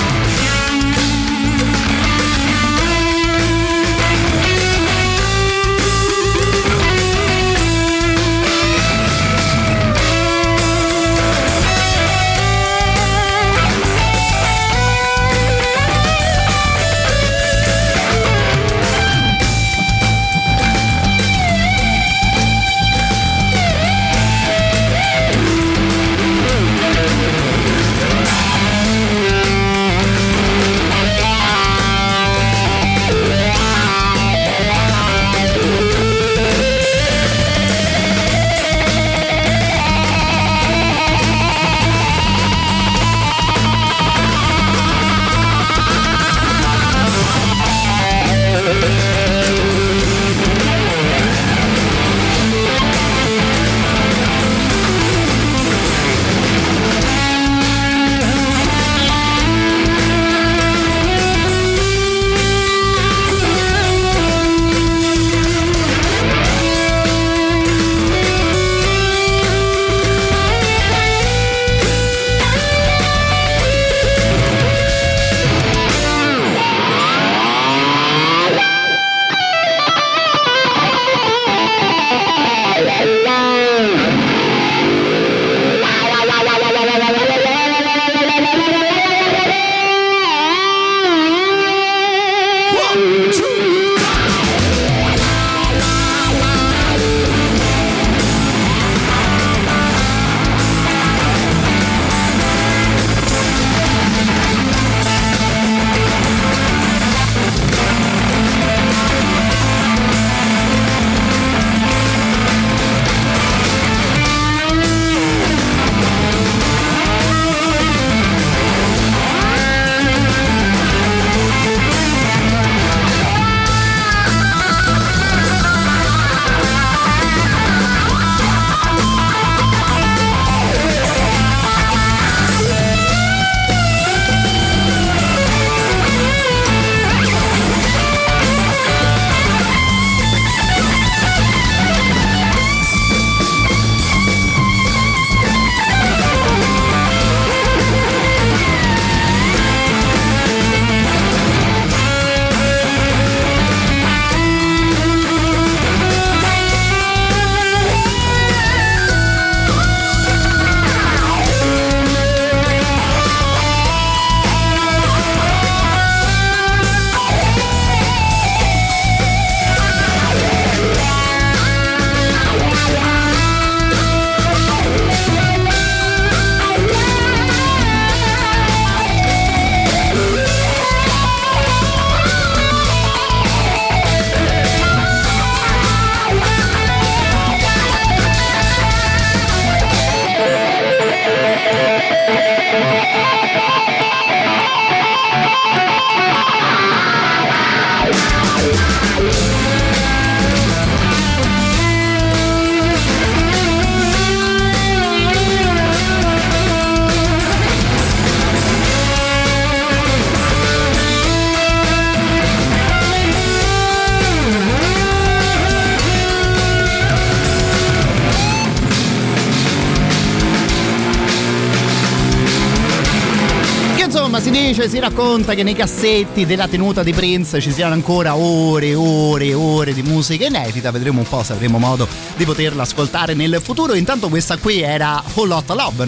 Si dice, si racconta che nei cassetti della tenuta di Prince ci siano ancora ore e ore e ore di musica inedita. Vedremo un po' se avremo modo di poterla ascoltare nel futuro. Intanto questa qui era Whole Lotta Love, no?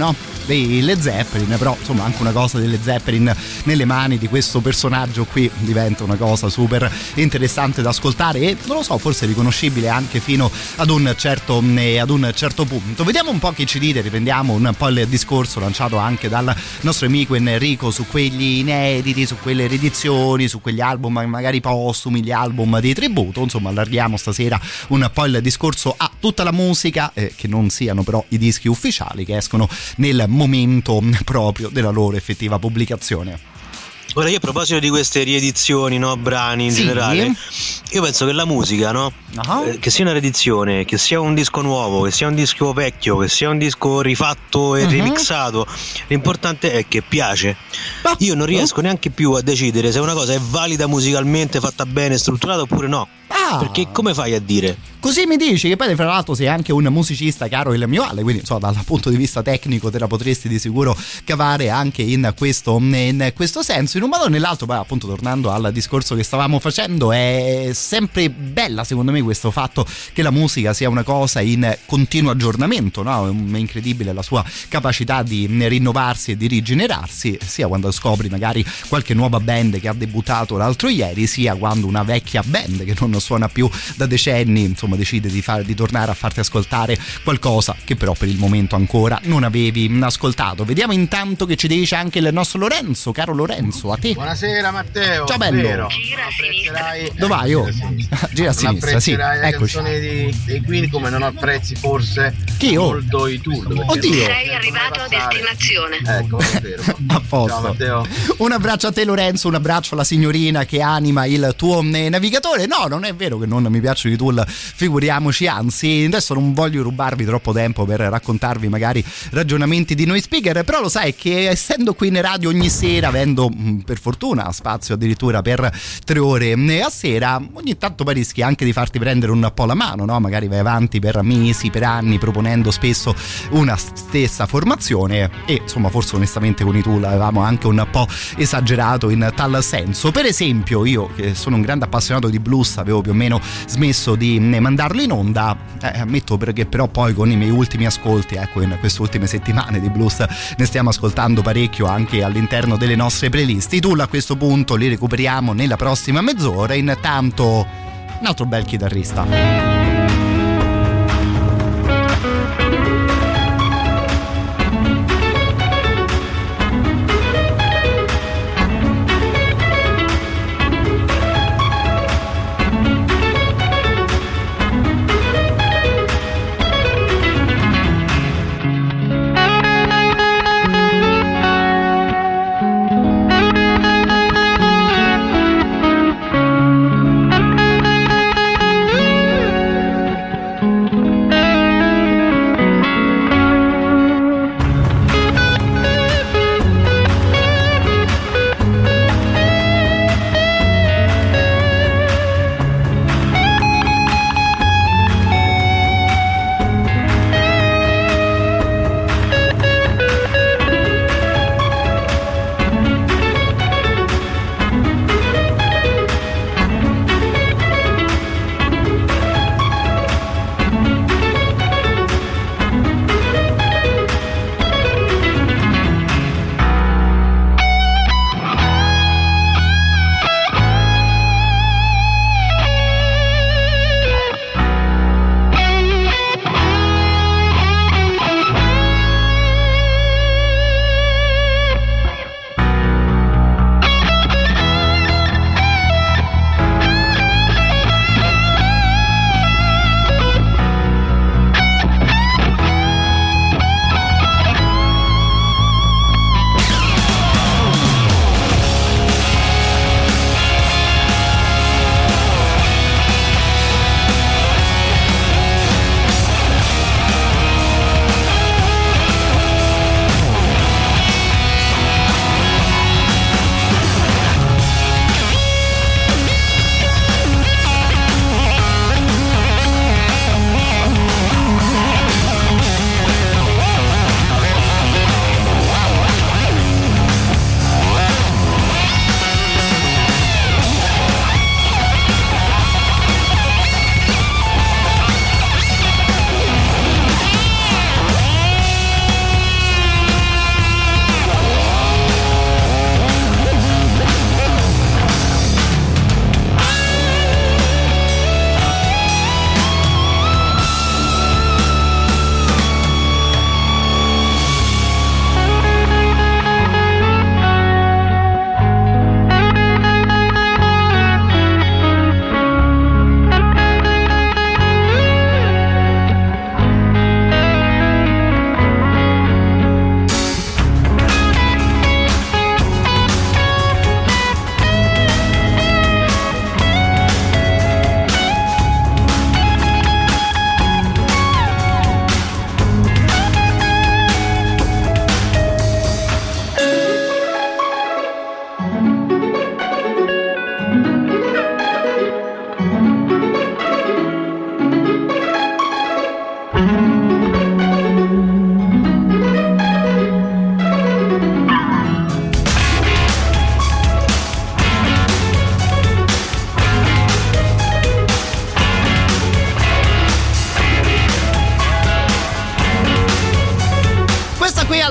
dei Led Zeppelin, però insomma anche una cosa delle Zeppelin nelle mani di questo personaggio qui diventa una cosa super interessante da ascoltare e non lo so, forse riconoscibile anche fino ad un certo, eh, ad un certo punto. Vediamo un po' che ci dite, riprendiamo un po' il discorso lanciato anche dal nostro amico Enrico su quegli inediti, su quelle riedizioni, su quegli album magari postumi, gli album di tributo, insomma allarghiamo stasera un po' il discorso a tutta la musica, eh, che non siano però i dischi ufficiali che escono nel momento proprio della loro effettiva pubblicazione. Ora, io a proposito di queste riedizioni, no, brani in sì. generale, io penso che la musica, no, uh-huh. eh, che sia una riedizione, che sia un disco nuovo, che sia un disco vecchio, che sia un disco rifatto e uh-huh. remixato, l'importante è che piace. Io non riesco neanche più a decidere se una cosa è valida musicalmente, fatta bene, strutturata oppure no. Ah. Perché come fai a dire? Così mi dici, che poi fra l'altro sei anche un musicista caro il mio Ale, quindi insomma dal punto di vista tecnico te la potresti di sicuro cavare anche in questo, in questo senso. In un modo o nell'altro, poi appunto tornando al discorso che stavamo facendo, è sempre bella secondo me questo fatto che la musica sia una cosa in continuo aggiornamento, no? È incredibile la sua capacità di rinnovarsi e di rigenerarsi, sia quando scopri magari qualche nuova band che ha debuttato l'altro ieri, sia quando una vecchia band che non suona più da decenni insomma decide di, far, di tornare a farti ascoltare qualcosa che però per il momento ancora non avevi ascoltato. Vediamo intanto che ci dice anche il nostro Lorenzo. Caro Lorenzo, a te. Buonasera Matteo. Ciao bello. Vero. Gira a sinistra. Dove vai? Oh? Gira a sinistra, sì. La Eccoci. canzone di, dei Queen come non apprezzi forse Chi, oh? molto i Tool. Oddio. Sei arrivato a destinazione. Ecco, è vero. A posto. Ciao Matteo. Un abbraccio a te Lorenzo, un abbraccio alla signorina che anima il tuo navigatore. No, non è vero che non mi piacciono i Tool, figuriamoci, anzi adesso non voglio rubarvi troppo tempo per raccontarvi magari ragionamenti di noi speaker, però lo sai che essendo qui in radio ogni sera, avendo per fortuna spazio addirittura per tre ore a sera, ogni tanto poi rischi anche di farti prendere un po' la mano, no? Magari vai avanti per mesi, per anni, proponendo spesso una stessa formazione e insomma forse onestamente con i Tool avevamo anche un po' esagerato in tal senso. Per esempio io, che sono un grande appassionato di blues, avevo più o meno smesso di mandarlo in onda, eh, ammetto perché però poi con i miei ultimi ascolti, ecco, in queste ultime settimane di blues ne stiamo ascoltando parecchio anche all'interno delle nostre playlist. I Tool a questo punto li recuperiamo nella prossima mezz'ora. Intanto un altro bel chitarrista.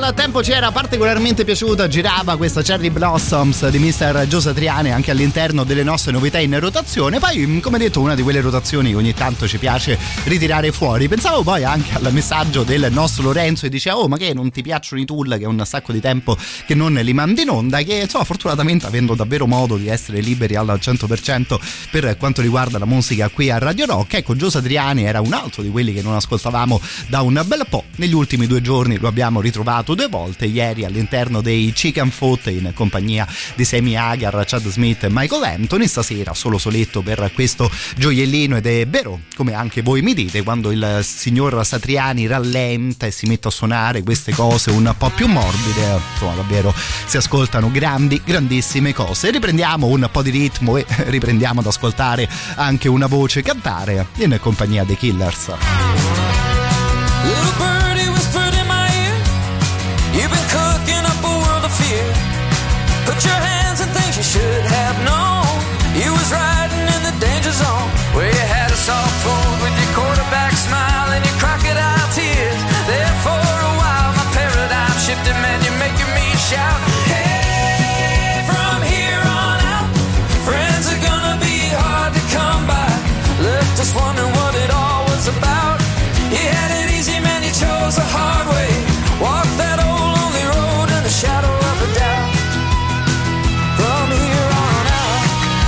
al tempo ci era particolarmente piaciuta, girava questa Cherry Blossoms di mister Gio Satriani anche all'interno delle nostre novità in rotazione. Poi, come detto, una di quelle rotazioni che ogni tanto ci piace ritirare fuori. Pensavo poi anche al messaggio del nostro Lorenzo e diceva: oh, ma che non ti piacciono i Tool, che è un sacco di tempo che non li mandi in onda, che insomma fortunatamente avendo davvero modo di essere liberi al cento per cento per quanto riguarda la musica qui a Radio Rock, ecco, Gio Satriani era un altro di quelli che non ascoltavamo da un bel po'. Negli ultimi due giorni lo abbiamo ritrovato due volte, ieri all'interno dei Chicken Foot in compagnia di Sammy Hagar, Chad Smith e Michael Anthony, stasera solo soletto per questo gioiellino. Ed è vero, come anche voi mi dite, quando il signor Satriani rallenta e si mette a suonare queste cose un po' più morbide, insomma davvero si ascoltano grandi, grandissime cose. Riprendiamo un po' di ritmo e riprendiamo ad ascoltare anche una voce cantare in compagnia dei Killers. Little birdie whispered in my ear, you've been cooking up a world of fear. Put your hands in things you should have known. You was riding in the danger zone, where you had us all fooled with your quarterback smile and your crocodile tears. There for a while my paradigm shifted, man, you're making me shout. Hey, from here on out, friends are gonna be hard to come by. Left us wondering what it all was about. You had it easy, man, you chose the hard way. Walk that old lonely road in the shadow of a doubt. From here on out,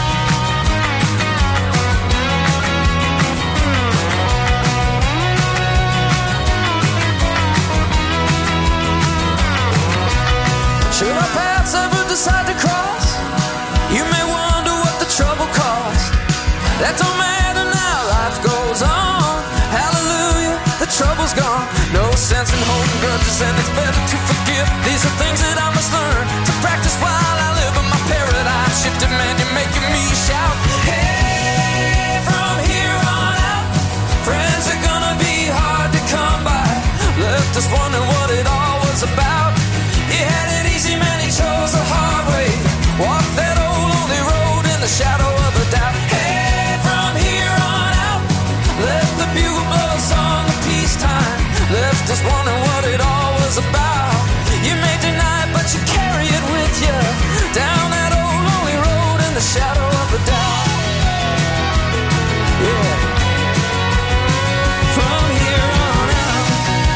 should our paths ever decide to cross, you may wonder what the trouble caused. That don't matter now, life goes on. Hallelujah, the trouble's gone. No sense in holding grudges and it's better to forgive. These are things that I must learn to practice while I live. But my paradigm shifted, man, you're making me shout. Hey, from here on out, friends are gonna be hard to come by. Left us wondering what it all was about. You had it easy, man, you chose the hard way. Walk that old lonely road in the shadow of a doubt. Hey, from here on out, let the bugle blow a song of peacetime. Left us wondering what it all was about. You may deny it, but you carry it with you. Down that old lonely road in the shadow of a doubt. Yeah. From here on out.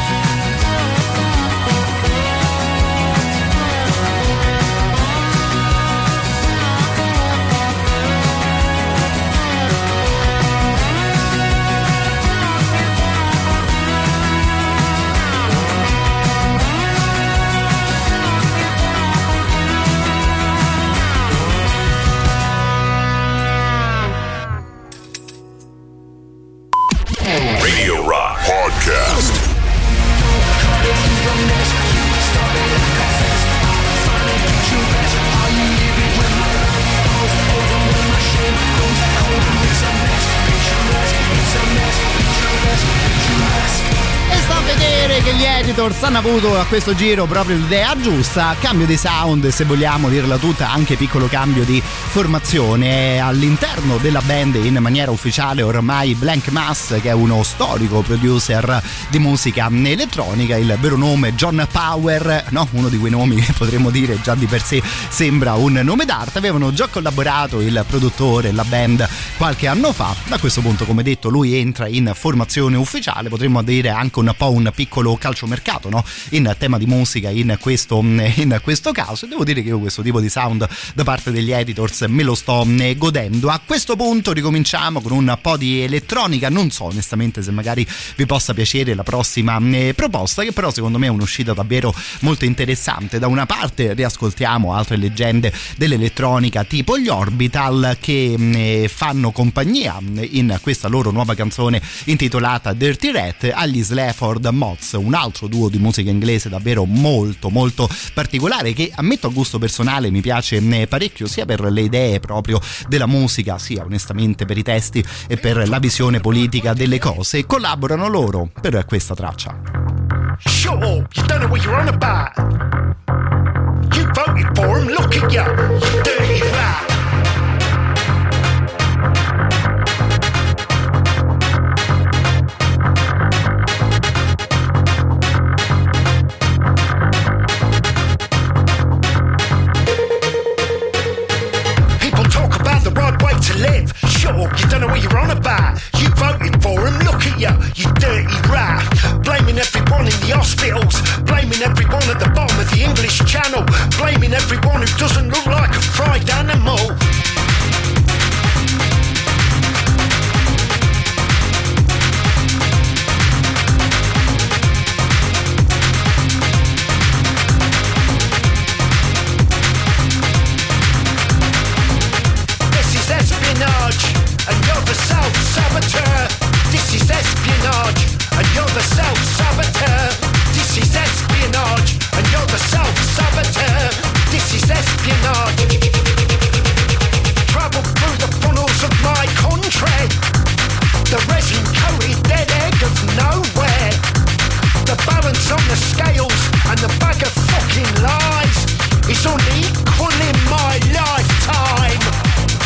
Radio Rock Podcast. E sta a vedere che gli Editors hanno avuto a questo giro proprio l'idea giusta, cambio di sound, se vogliamo dirla tutta, anche piccolo cambio di formazione. All'interno della band in maniera ufficiale ormai Blank Mass, che è uno storico producer di musica elettronica, il vero nome John Power, no? Uno di quei nomi che potremmo dire già di per sé sembra un nome d'arte. Avevano già collaborato il produttore e la band qualche anno fa. Da questo punto, come detto, lui entra in formazione ufficiale, potremmo dire anche un po' un piccolo calciomercato, no? In tema di musica in questo, in questo caso. E devo dire che io questo tipo di sound da parte degli Editors me lo sto godendo. A questo punto ricominciamo con un po' di elettronica. Non so onestamente se magari vi possa piacere la prossima proposta, che però secondo me è un'uscita davvero molto interessante. Da una parte riascoltiamo altre leggende dell'elettronica tipo gli Orbital, che fanno compagnia in questa loro nuova canzone intitolata Dirty Rat agli Sleaford Mods, un altro duo di musica inglese davvero molto molto particolare, che ammetto a gusto personale mi piace parecchio, sia per le idee proprio della musica, sia onestamente per i testi e per la visione politica delle cose. Collaborano loro per questa traccia. Shut up, you don't know what you're on about. You voted for him, look at you, you dirty rat. blaming everyone in the hospitals, blaming everyone at the bottom of the English Channel, blaming everyone who doesn't look like a fried animal. This is espionage, and you're the self-saboteur. This is espionage, and you're the self-saboteur. This is espionage, and you're the self-saboteur. This is espionage. Travel through the funnels of my country, the resin-coated dead egg of nowhere. The balance on the scales and the bag of fucking lies is unequal in my lifetime.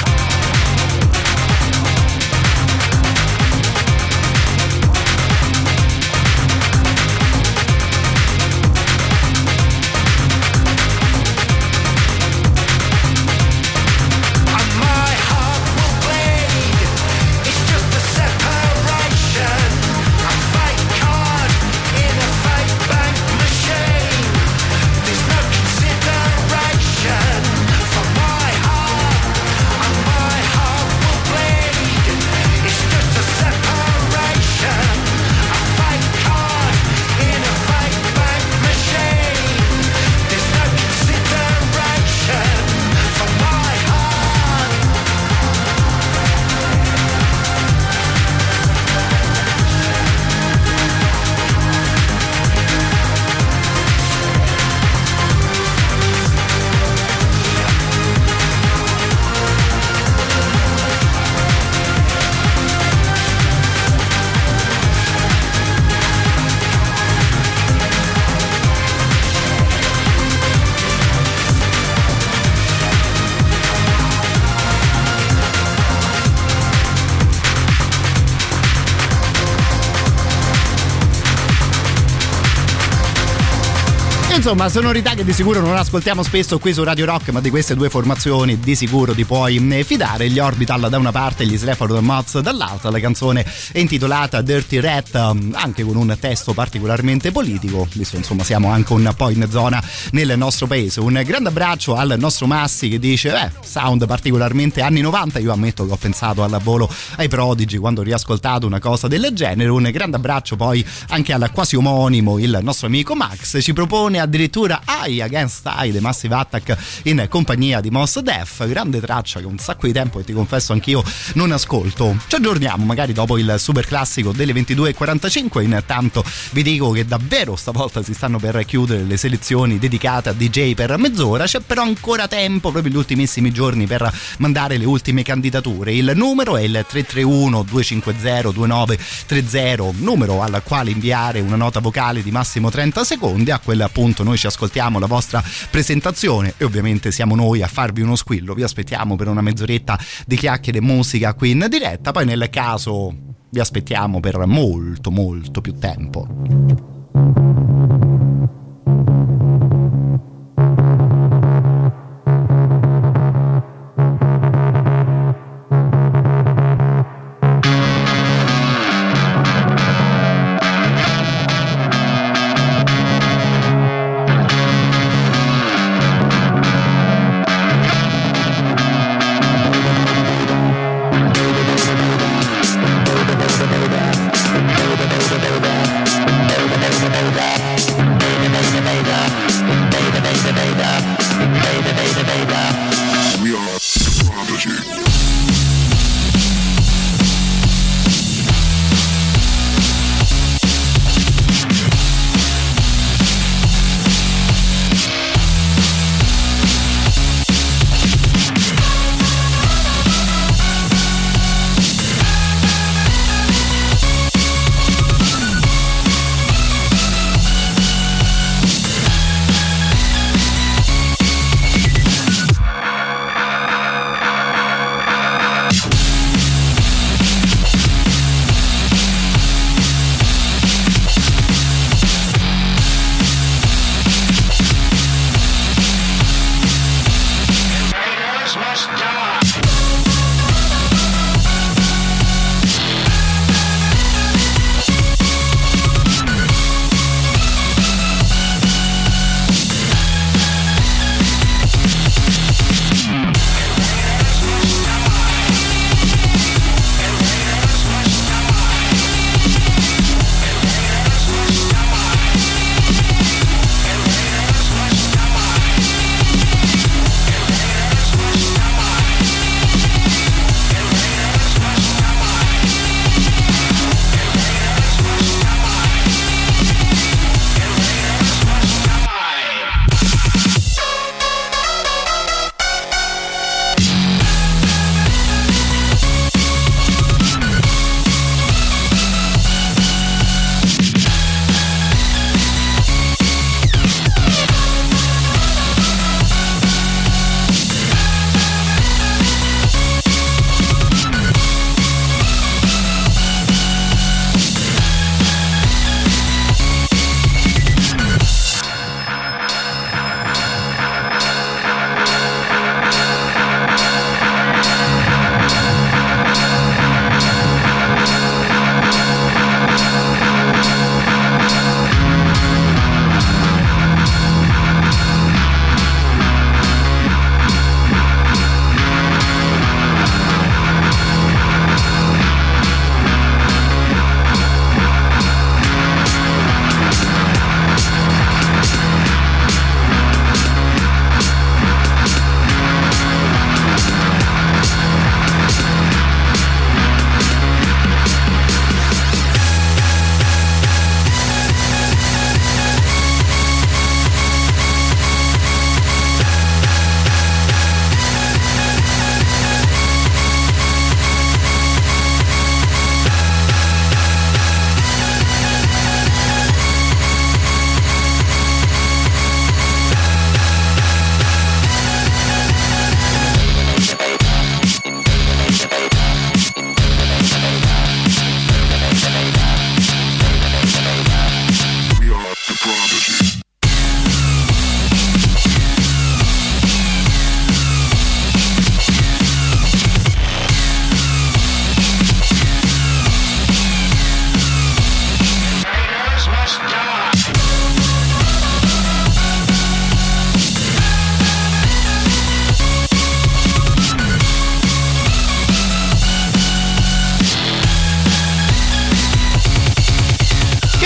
Insomma, sonorità che di sicuro non ascoltiamo spesso qui su Radio Rock, ma di queste due formazioni di sicuro ti puoi fidare. Gli Orbital da una parte e gli Sleaford Mods dall'altra. La canzone è intitolata Dirty Rat, anche con un testo particolarmente politico, visto insomma siamo anche un po' in zona nel nostro paese. Un grande abbraccio al nostro Massi che dice eh, sound particolarmente anni novanta. Io ammetto che ho pensato al volo ai Prodigy quando ho riascoltato una cosa del genere. Un grande abbraccio poi anche al quasi omonimo, il nostro amico Max. Ci propone addirittura I Against I The Massive Attack in compagnia di Mos Def, grande traccia che un sacco di tempo, e ti confesso anch'io, non ascolto. Ci aggiorniamo magari dopo il super classico delle ventidue e quarantacinque. Intanto vi dico che davvero stavolta si stanno per chiudere le selezioni dedicate a D J per mezz'ora. C'è però ancora tempo, proprio gli ultimissimi giorni, per mandare le ultime candidature. Il numero è il tre tre uno due cinque zero due nove tre zero, numero al quale inviare una nota vocale di massimo trenta secondi. A quel punto noi ci ascoltiamo la vostra presentazione e ovviamente siamo noi a farvi uno squillo. Vi aspettiamo per una mezz'oretta di chiacchiere e musica qui in diretta, poi nel caso vi aspettiamo per molto molto più tempo. Back.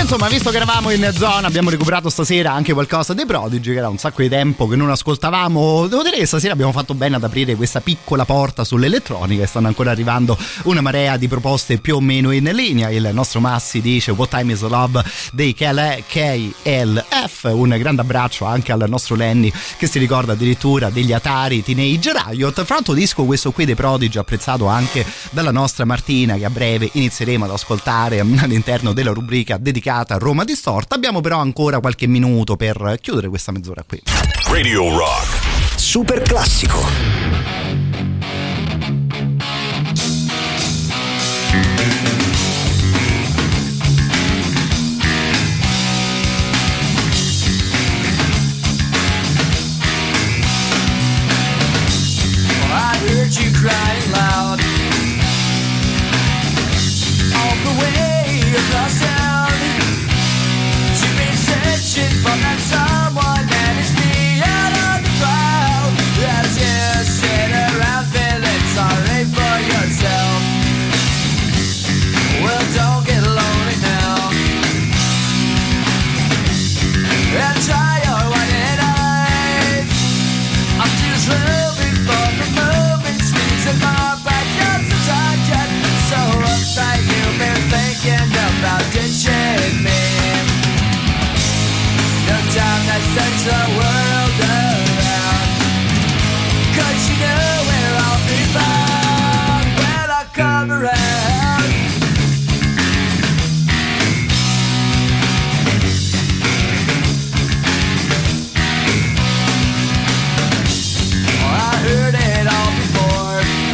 insomma, visto che eravamo in zona, abbiamo recuperato stasera anche qualcosa dei Prodigy, che era un sacco di tempo che non ascoltavamo. Devo dire che stasera abbiamo fatto bene ad aprire questa piccola porta sull'elettronica, e stanno ancora arrivando una marea di proposte più o meno in linea. Il nostro Massi dice What Time Is Love dei K L F. Un grande abbraccio anche al nostro Lenny, che si ricorda addirittura degli Atari Teenage Riot. Fra l'altro disco questo qui dei Prodigy apprezzato anche dalla nostra Martina, che a breve inizieremo ad ascoltare all'interno della rubrica dedicata a Roma Distorta. Abbiamo però ancora qualche minuto per chiudere questa mezz'ora qui. Radio Rock Super classico. You crying loud all the way across town. You've been searching for that someone, and it's me out of the crowd. As you sit around feeling sorry for yourself. Well, don't get lonely now, and try your white eyes. I'm just hoping for the moon. In my backyard's a target, so uptight you've been thinking about ditching me. No time to search the world around, 'cause you know where I'll be found when I come around. Oh, I heard it all before.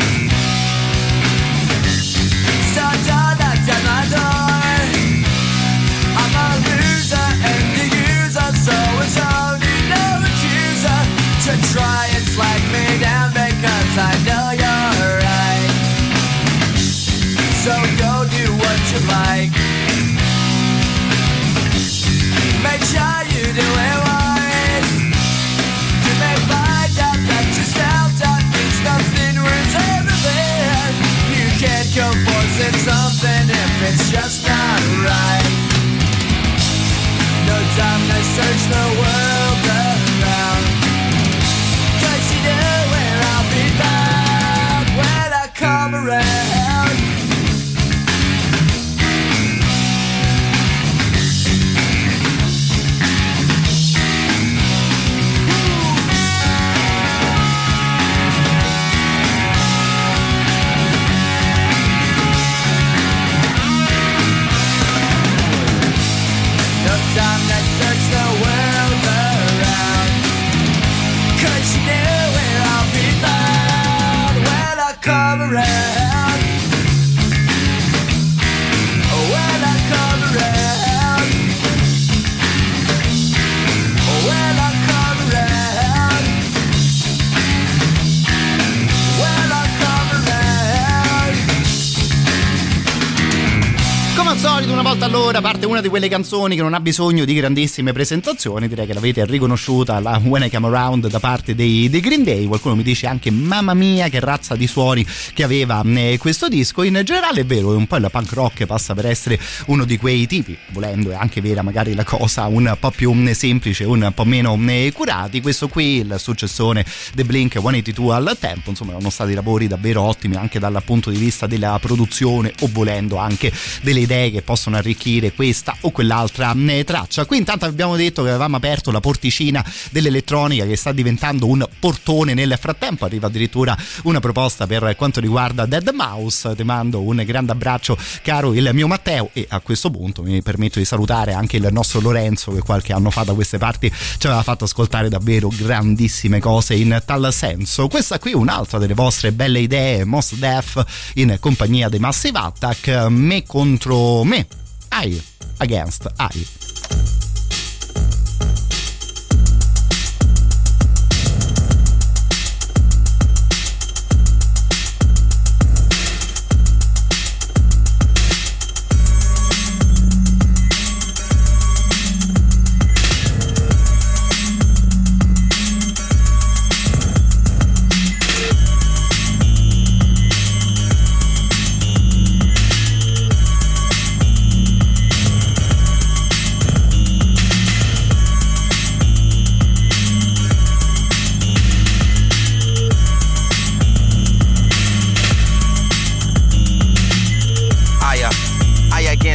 I'm a loser and the user, so it's only no accuser to try and slag me down, because I know you're right. So go do what you like, make sure you do it wise. You may find out that yourself don't means nothing worth everything. You can't go forcing something if it's just not right. No time to search the world around, 'cause you know where I'll be found when I come around. Time to search the world around, 'cause you know where I'll be found when I come around. When I come around. When I come around. When I come around. Come al solito, una volta all'ora parte una di quelle canzoni che non ha bisogno di grandissime presentazioni. Direi che l'avete riconosciuta, la When I Come Around da parte dei, dei Green Day. Qualcuno mi dice anche mamma mia che razza di suoni che aveva eh, questo disco. In generale è vero, un po' il punk rock passa per essere uno di quei tipi, volendo è anche vera magari la cosa, un po' più semplice, un po' meno eh, curati. Questo qui, il successone The Blink centottantadue al tempo, insomma erano stati lavori davvero ottimi anche dal punto di vista della produzione, o volendo anche delle idee che possono arricchire questa o quell'altra traccia. Qui intanto abbiamo detto che avevamo aperto la porticina dell'elettronica, che sta diventando un portone nel frattempo. Arriva addirittura una proposta per quanto riguarda Dead Mouse. Ti mando un grande abbraccio, caro il mio Matteo, e a questo punto mi permetto di salutare anche il nostro Lorenzo, che qualche anno fa da queste parti ci aveva fatto ascoltare davvero grandissime cose in tal senso. Questa qui è un'altra delle vostre belle idee, Mos Def in compagnia dei Massive Attack, Me contro me, I against I.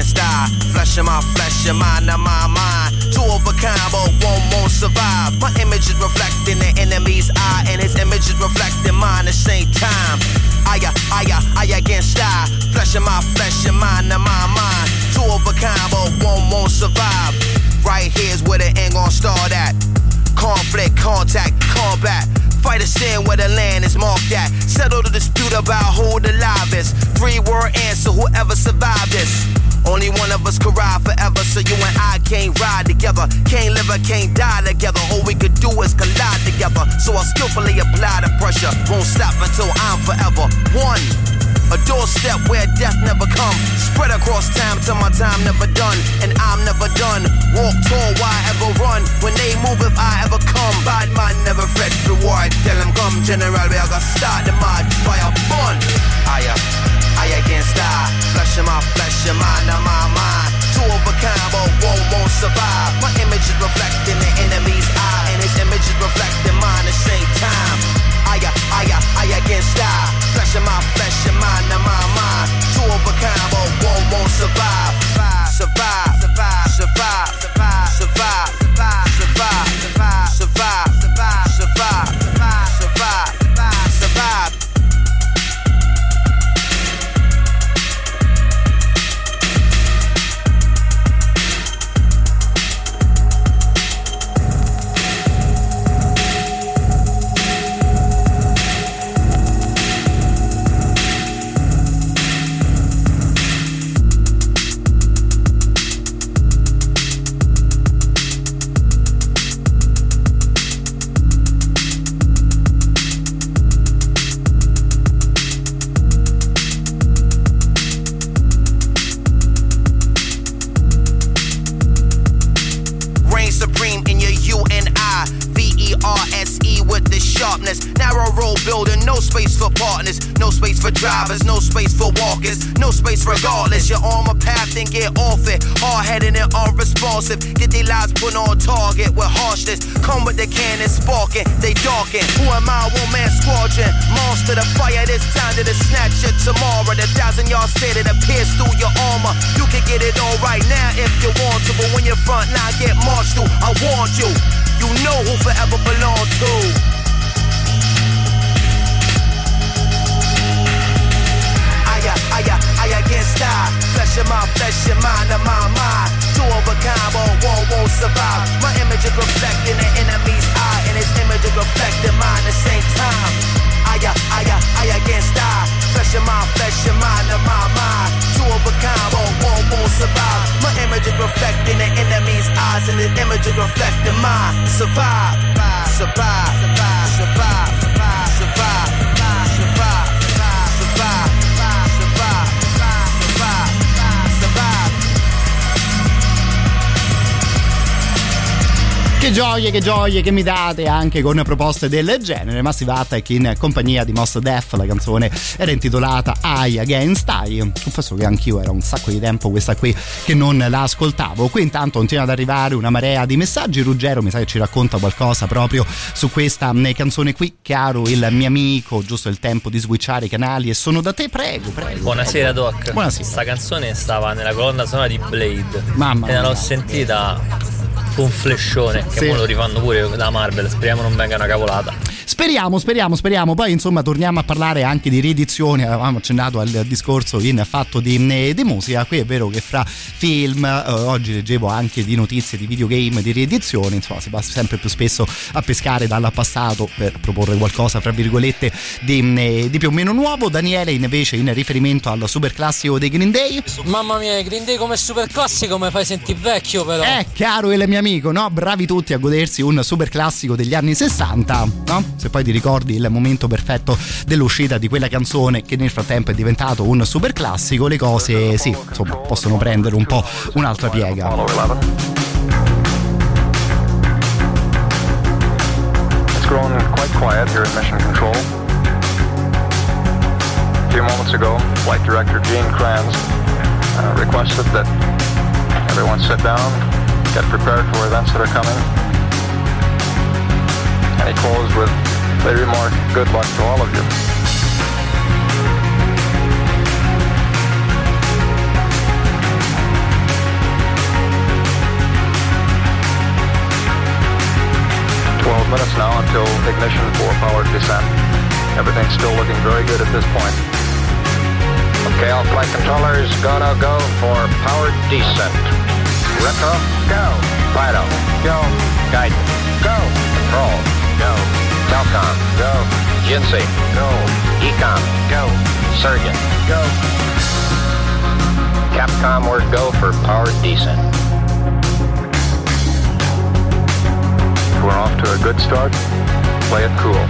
against I. Flesh of my flesh, your mind of my mind. Two of a kind, but one won't survive. My image is reflecting the enemy's eye, and his image is reflecting mine at the same time. I, I, I against I. Flesh of my flesh, your mind of my mind. Two of a kind, but one won't survive. Right here's where the end gon' start at. Conflict, contact, combat. Fight a sin where the land is marked at. Settle the dispute about who the live is. Three word answer, whoever survived this. Only one of us could ride forever, so you and I can't ride together. Can't live or can't die together. All we could do is collide together. So I'll skillfully apply the pressure. Won't stop until I'm forever one. A doorstep where death never come. Spread across time till my time never done. And I'm never done. Walk tall, why ever run? When they move, if I ever come. Bad man never fret reward. Tell them come, general, we are gonna start the march. Fire fun. I, uh, I against I. Flesh of my flesh, your mind of my mind. Two of a kind, but one won't survive. My image is reflecting the enemy's eye, and his image is reflecting mine at the same time. I, I, I against I. Flesh of my flesh, your mind of my mind. Two of a kind, but one won't survive. Survive, survive, survive, survive, survive, survive, survive, survive, survive, survive, survive, survive, survive, survive. Narrow road building, no space for partners, no space for drivers, no space for walkers, no space regardless. You're on my path and get off it. Hard-headed and unresponsive, get their lives put on target with harshness. Come with the cannon sparking, they darken. Who am I? One man squadron. Monster the fire this time to the snatch it tomorrow. The thousand yard stare that appears through your armor. You can get it all right now if you want to, but when your front line get marched through, I want you. You know who forever belong to. I, I against I. Flesh of my flesh, your mind of my mind. Two of a kind, but one won't survive. My image is reflecting the enemy's eye, and his image is reflecting mine at the same time. I, I, I against I. Flesh of my flesh, your mind of my mind. Two of a kind, but one won't survive. My image is reflecting the enemy's eyes, and his image is reflecting mine. Survive, survive, survive, survive, survive, survive, survive, survive. Che gioie, che gioie che mi date anche con proposte del genere. Massive Attack in compagnia di Mos Def. La canzone era intitolata I Against I. Confesso che anch'io era un sacco di tempo questa qui che non la ascoltavo. Qui intanto continua ad arrivare una marea di messaggi. Ruggero mi sa che ci racconta qualcosa proprio su questa canzone qui. Caro il mio amico, giusto il tempo di switchare i canali e sono da te, prego, prego. Buonasera Doc. Buonasera. Questa canzone stava nella colonna sonora di Blade. Mamma mia. E l'ho sentita un flashone che sì. Ora lo rifanno pure da Marvel, speriamo non venga una cavolata. Speriamo, speriamo, speriamo. Poi insomma torniamo a parlare anche di riedizioni. Avevamo accennato al discorso in fatto di, di musica. Qui è vero che fra film, eh, oggi leggevo anche di notizie di videogame di riedizioni. Insomma si va sempre più spesso a pescare dal passato per proporre qualcosa fra virgolette di, di più o meno nuovo. Daniele invece in riferimento al super classico dei Green Day. Mamma mia, Green Day come super classico mi fai sentire vecchio però. Eh, caro il mio amico, no? Bravi tutti a godersi un super classico degli anni sessanta, no? Se poi ti ricordi il momento perfetto dell'uscita di quella canzone che nel frattempo è diventato un super classico, le cose sì, insomma, possono prendere un po' un'altra piega. It's grown quite quiet here at Mission Control. A few moments ago, Flight Director Gene Kranz uh, requested that everyone sit down, get prepared for events that are coming. And he closed with the remark, good luck to all of you. minutes now until ignition for powered descent. Everything's still looking very good at this point. Okay, all flight controllers, gonna go for powered descent. Retro, go. Fido, go. Guidance, go. Control, go. Telcom, go. G N C, go. Ecom, go. Surgeon, go. Capcom, we're go for powered descent. We're off to a good start. Play it cool.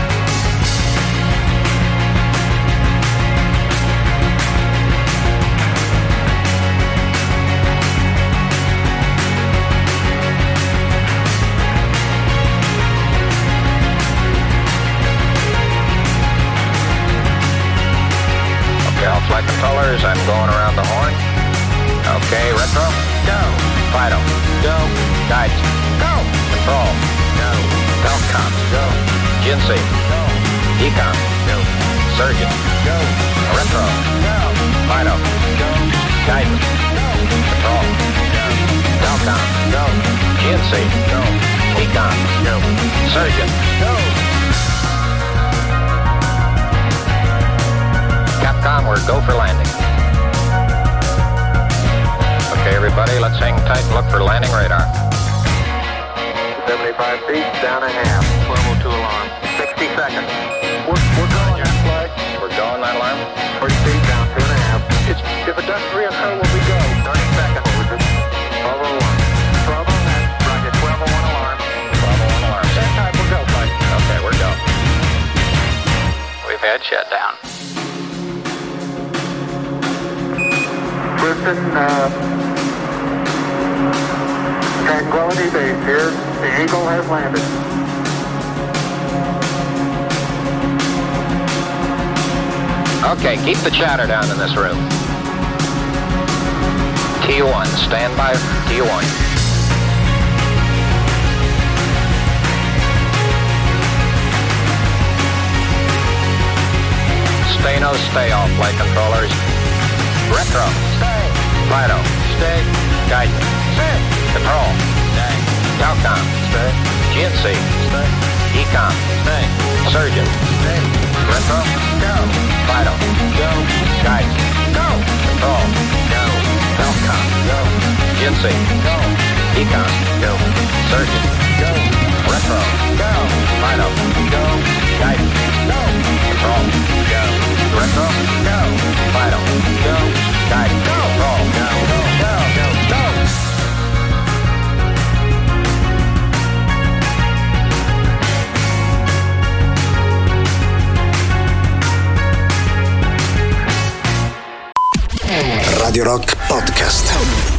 All flight controllers, I'm going around the horn. Okay, retro, go. Fido, go. Guidance, go. Control, go. Telcom, go. G N C, go. Ecom, go. Surgeon, go. Retro, go. Fido, go. Guidance, go. Control, go. Telcom, go. G N C, go. Ecom, go. Surgeon, go. Capcom, we're go for landing. Okay, everybody, let's hang tight and look for landing radar. seventy-five feet, down a half. twelve oh two alarm. sixty seconds. We're, we're going, that flag. We're going, that alarm. thirty feet, down two and a half. It's, if it doesn't reoccur, will we go? thirty seconds. twelve oh one. twelve oh one. Roger, twelve oh one alarm. twelve oh one alarm. Same time, we'll go, flight. Okay, we're go. We've had shutdown. Listen, uh, Tranquility Base here. The Eagle has landed. Okay, keep the chatter down in this room. T one, stand by T one. Stay no stay off, flight controllers. Retro, stay. Fido, stay. Guidance, stay. Control, stay. Telcom, stay. G N C, stay. Ecom, stay. Surgeon, stay. Retro, go. Fido, go. Guidance, go. Control, go. Telcom, go. G N C, go. Ecom, go. Surgeon, go. Retro, go. Fido, go. Guidance, go. Control, go. Retro, go. Fido, go. Guidance, go. Control, go. Go, go, go, go. Radio Rock Podcast.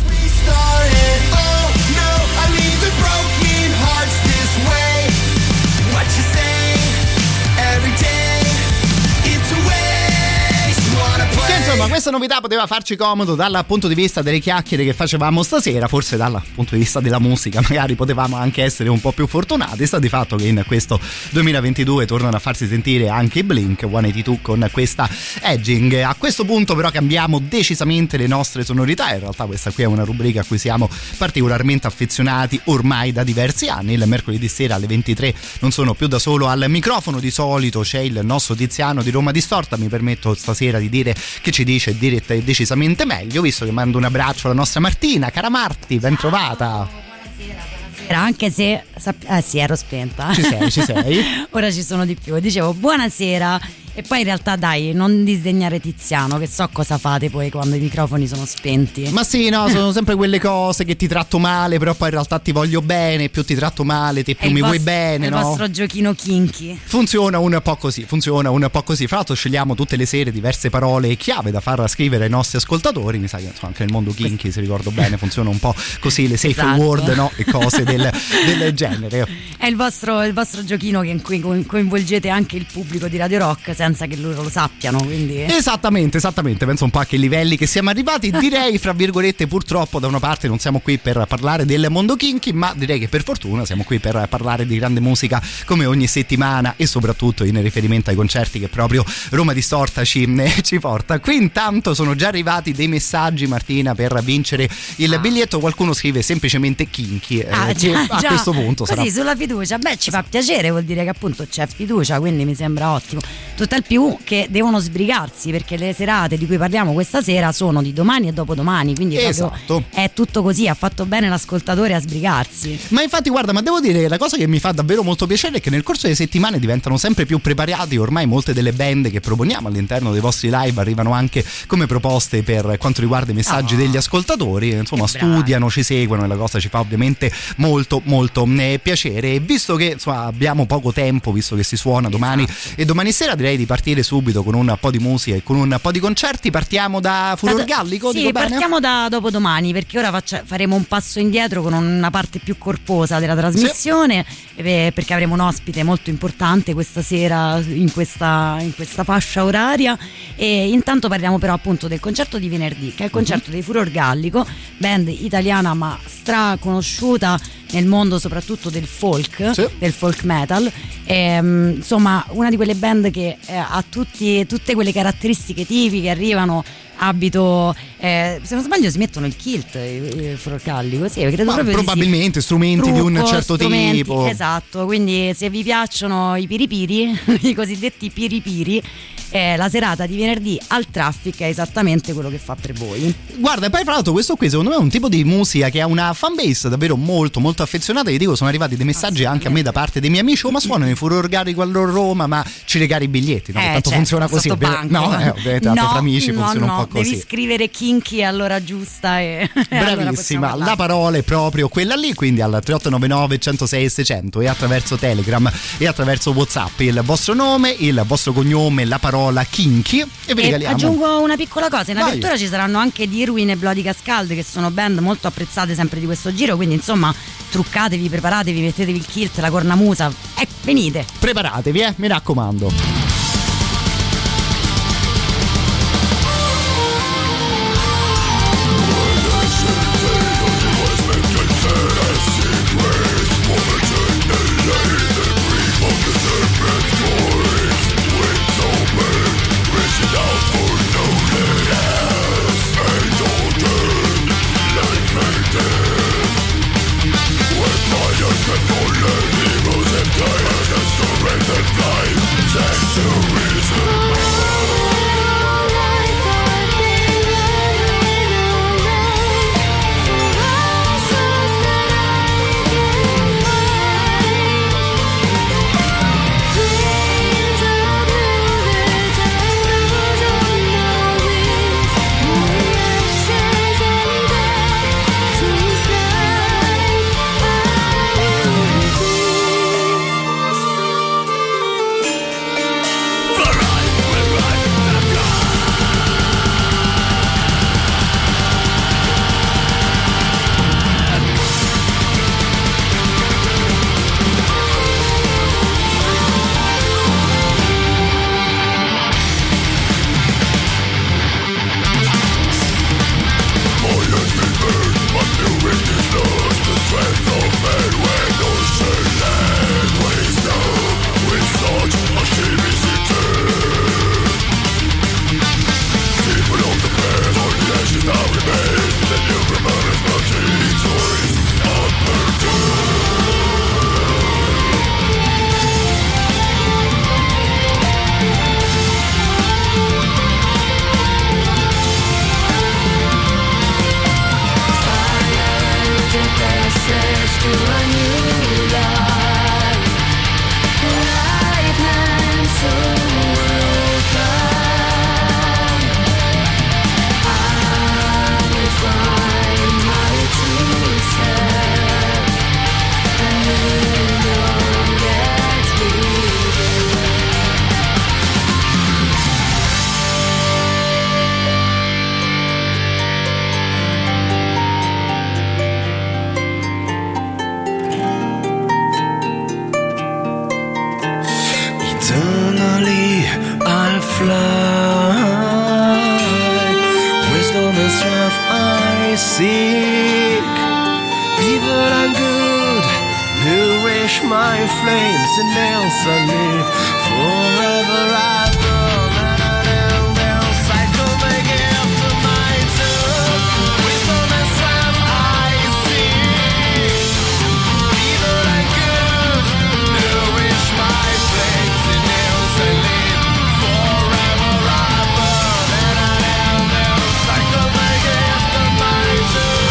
Insomma, questa novità poteva farci comodo dal punto di vista delle chiacchiere che facevamo stasera, forse dal punto di vista della musica magari potevamo anche essere un po' più fortunati. Sta di fatto che in questo duemilaventidue tornano a farsi sentire anche i Blink centottantadue con questa Edging. A questo punto però cambiamo decisamente le nostre sonorità, in realtà questa qui è una rubrica a cui siamo particolarmente affezionati ormai da diversi anni. Il mercoledì sera alle ventitré non sono più da solo al microfono, di solito c'è il nostro Tiziano di Roma Distorta, mi permetto stasera di dire che ci dice diretta e decisamente meglio, visto che mando un abbraccio alla nostra Martina. Cara Marti, ben trovata. Buonasera, anche se eh sì, ero spenta. Ci sei, ci sei. Ora ci sono di più. Dicevo buonasera. E poi in realtà dai, non disdegnare Tiziano, che so cosa fate poi quando i microfoni sono spenti. Ma sì, no, sono sempre quelle cose che ti tratto male, però poi in realtà ti voglio bene, più ti tratto male, te più mi vostro, vuoi bene, è no? Il vostro giochino kinky. Funziona un po' così, funziona un po' così. Fra l'altro scegliamo tutte le sere diverse parole chiave da far scrivere ai nostri ascoltatori. Mi sa che insomma, anche nel mondo kinky, se ricordo bene, funziona un po' così, le safe esatto. word, no? E cose del, del genere. È il vostro, il vostro giochino che in cui coinvolgete anche il pubblico di Radio Rock, senza senza che loro lo sappiano, quindi esattamente, esattamente, penso un po' a che livelli che siamo arrivati. Direi, fra virgolette, purtroppo da una parte non siamo qui per parlare del mondo kinky, ma direi che per fortuna siamo qui per parlare di grande musica come ogni settimana, e soprattutto in riferimento ai concerti che proprio Roma Distorta ci, ci porta. Qui intanto sono già arrivati dei messaggi, Martina, per vincere il ah. biglietto. Qualcuno scrive semplicemente kinky, ah, eh, già, a già. questo punto così sarà... sulla fiducia, beh, ci fa piacere, vuol dire che appunto c'è fiducia, quindi mi sembra ottimo. Tutt'al più che devono sbrigarsi, perché le serate di cui parliamo questa sera sono di domani e dopodomani, quindi esatto. È tutto così, ha fatto bene l'ascoltatore a sbrigarsi. Ma infatti guarda, ma devo dire che la cosa che mi fa davvero molto piacere è che nel corso delle settimane diventano sempre più preparati. Ormai molte delle band che proponiamo all'interno dei vostri live arrivano anche come proposte per quanto riguarda i messaggi oh, degli ascoltatori, insomma studiano, ci seguono, e la cosa ci fa ovviamente molto molto eh, piacere. E visto che insomma abbiamo poco tempo, visto che si suona domani esatto. e domani sera, direi di partire subito con un po' di musica e con un po' di concerti. Partiamo da Furor Gallico? Sì, dico partiamo bene? da dopodomani, perché ora faccia, faremo un passo indietro con una parte più corposa della trasmissione, sì. eh, perché avremo un ospite molto importante questa sera in questa, in questa fascia oraria. E intanto parliamo però appunto del concerto di venerdì, che è il concerto uh-huh. dei Furor Gallico, band italiana ma straconosciuta nel mondo soprattutto del folk, sì. del folk metal, e, um, insomma una di quelle band che eh, ha tutti, tutte quelle caratteristiche tipiche, arrivano abito, eh, se non sbaglio si mettono il kilt i Furor Gallico, sì, credo proprio probabilmente sì. strumenti Trucco, di un certo strumenti, tipo, esatto, quindi se vi piacciono i piripiri i cosiddetti piripiri, eh, la serata di venerdì al Traffic è esattamente quello che fa per voi. Guarda, e poi fra l'altro questo qui secondo me è un tipo di musica che ha una fanbase davvero molto molto affezionata. Vi dico, sono arrivati dei messaggi ah, sì, anche a me da parte dei miei amici: oh, ma suonano i Furor Gallico a Roma, ma ci regali i biglietti? No, eh, tanto certo, funziona così, banco. No, eh, ovviamente no, tra amici no, funziona no, un po' così. Devi scrivere kinky all'ora giusta e bravissima, allora la parola è proprio quella lì, quindi al tre otto nove nove uno zero sei seicento e attraverso Telegram e attraverso WhatsApp il vostro nome, il vostro cognome, la parola kinky, e vi e regaliamo. Aggiungo una piccola cosa, in Vai. apertura ci saranno anche di Irwin e Bloody Cascalde, che sono band molto apprezzate sempre di questo giro, quindi insomma truccatevi, preparatevi, mettetevi il kilt, la cornamusa e venite, preparatevi, eh, mi raccomando. Tuesday wish my flames and nails I live forever I burn and they'll cycle back after my turn. Wisdom and strength I see, evil and good. Now wish my flames and nails I live forever I burn and they'll cycle back after my turn.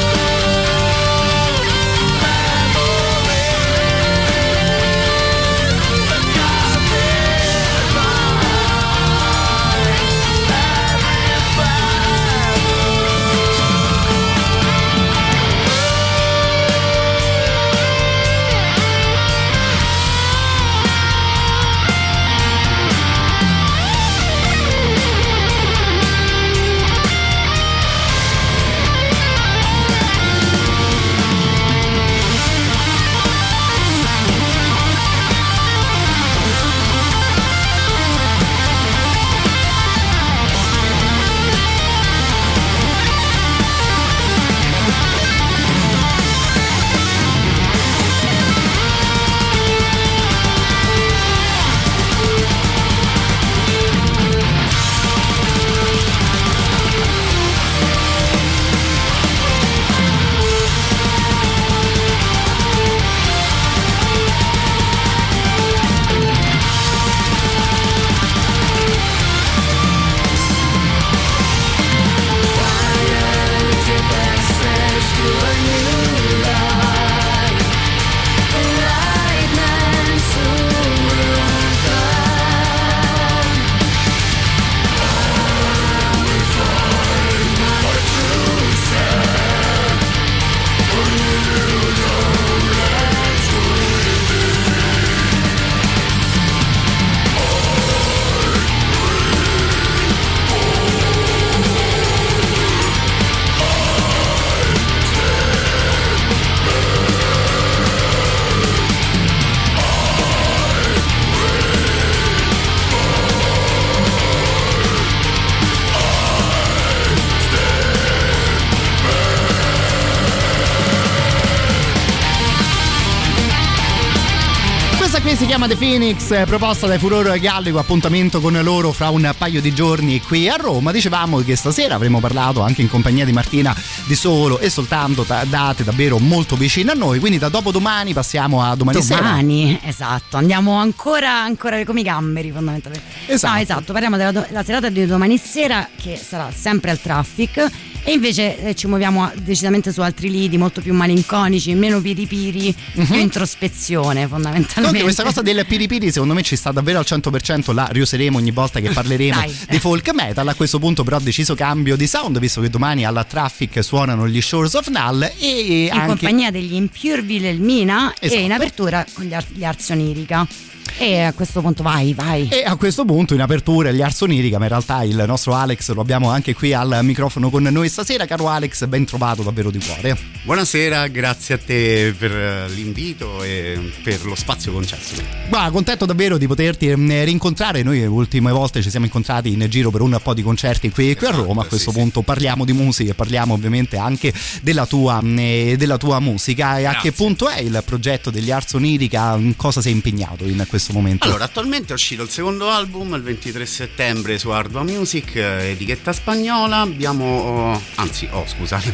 Si chiama The Phoenix, proposta dai Furor Gallico, appuntamento con loro fra un paio di giorni qui a Roma. Dicevamo che stasera avremo parlato anche in compagnia di Martina di solo e soltanto da date davvero molto vicine a noi, quindi da dopodomani passiamo a domani, domani sera. Domani, esatto, andiamo ancora, ancora come i gamberi fondamentalmente. Esatto. No, esatto, parliamo della do- la serata di domani sera che sarà sempre al Traffic. E invece eh, ci muoviamo decisamente su altri lidi molto più malinconici, meno piripiri, uh-huh. più introspezione fondamentalmente. Comunque questa cosa del piripiri secondo me ci sta davvero al cento per cento, la riuseremo ogni volta che parleremo di folk metal. A questo punto però ho deciso cambio di sound, visto che domani alla Traffic suonano gli Shores of Null e in anche... compagnia degli Impurville Elmina, esatto. E in apertura con gli, Ar- gli Ars Onirica. E a questo punto vai, vai. E a questo punto in apertura gli Ars Onirica, ma in realtà il nostro Alex lo abbiamo anche qui al microfono con noi stasera. Caro Alex, ben trovato davvero di cuore. Buonasera, grazie a te per l'invito e per lo spazio concesso. Ma contento davvero di poterti rincontrare. Noi le ultime volte ci siamo incontrati in giro per un po' di concerti qui, qui a Roma. A questo sì, punto sì. Parliamo di musica e parliamo ovviamente anche della tua, eh, della tua musica. E grazie. A che punto è il progetto degli Ars Onirica? In cosa sei impegnato in questo momento? Allora, attualmente è uscito il secondo album il ventitré settembre su Ardua Music, etichetta spagnola. Abbiamo, anzi, oh scusate,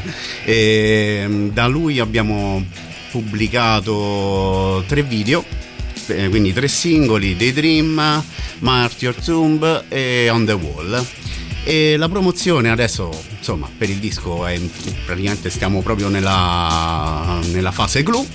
e da lui abbiamo pubblicato tre video, quindi tre singoli: Daydream, Martyr Tomb e On the Wall. E la promozione adesso, insomma, per il disco è praticamente stiamo proprio nella, nella fase glue.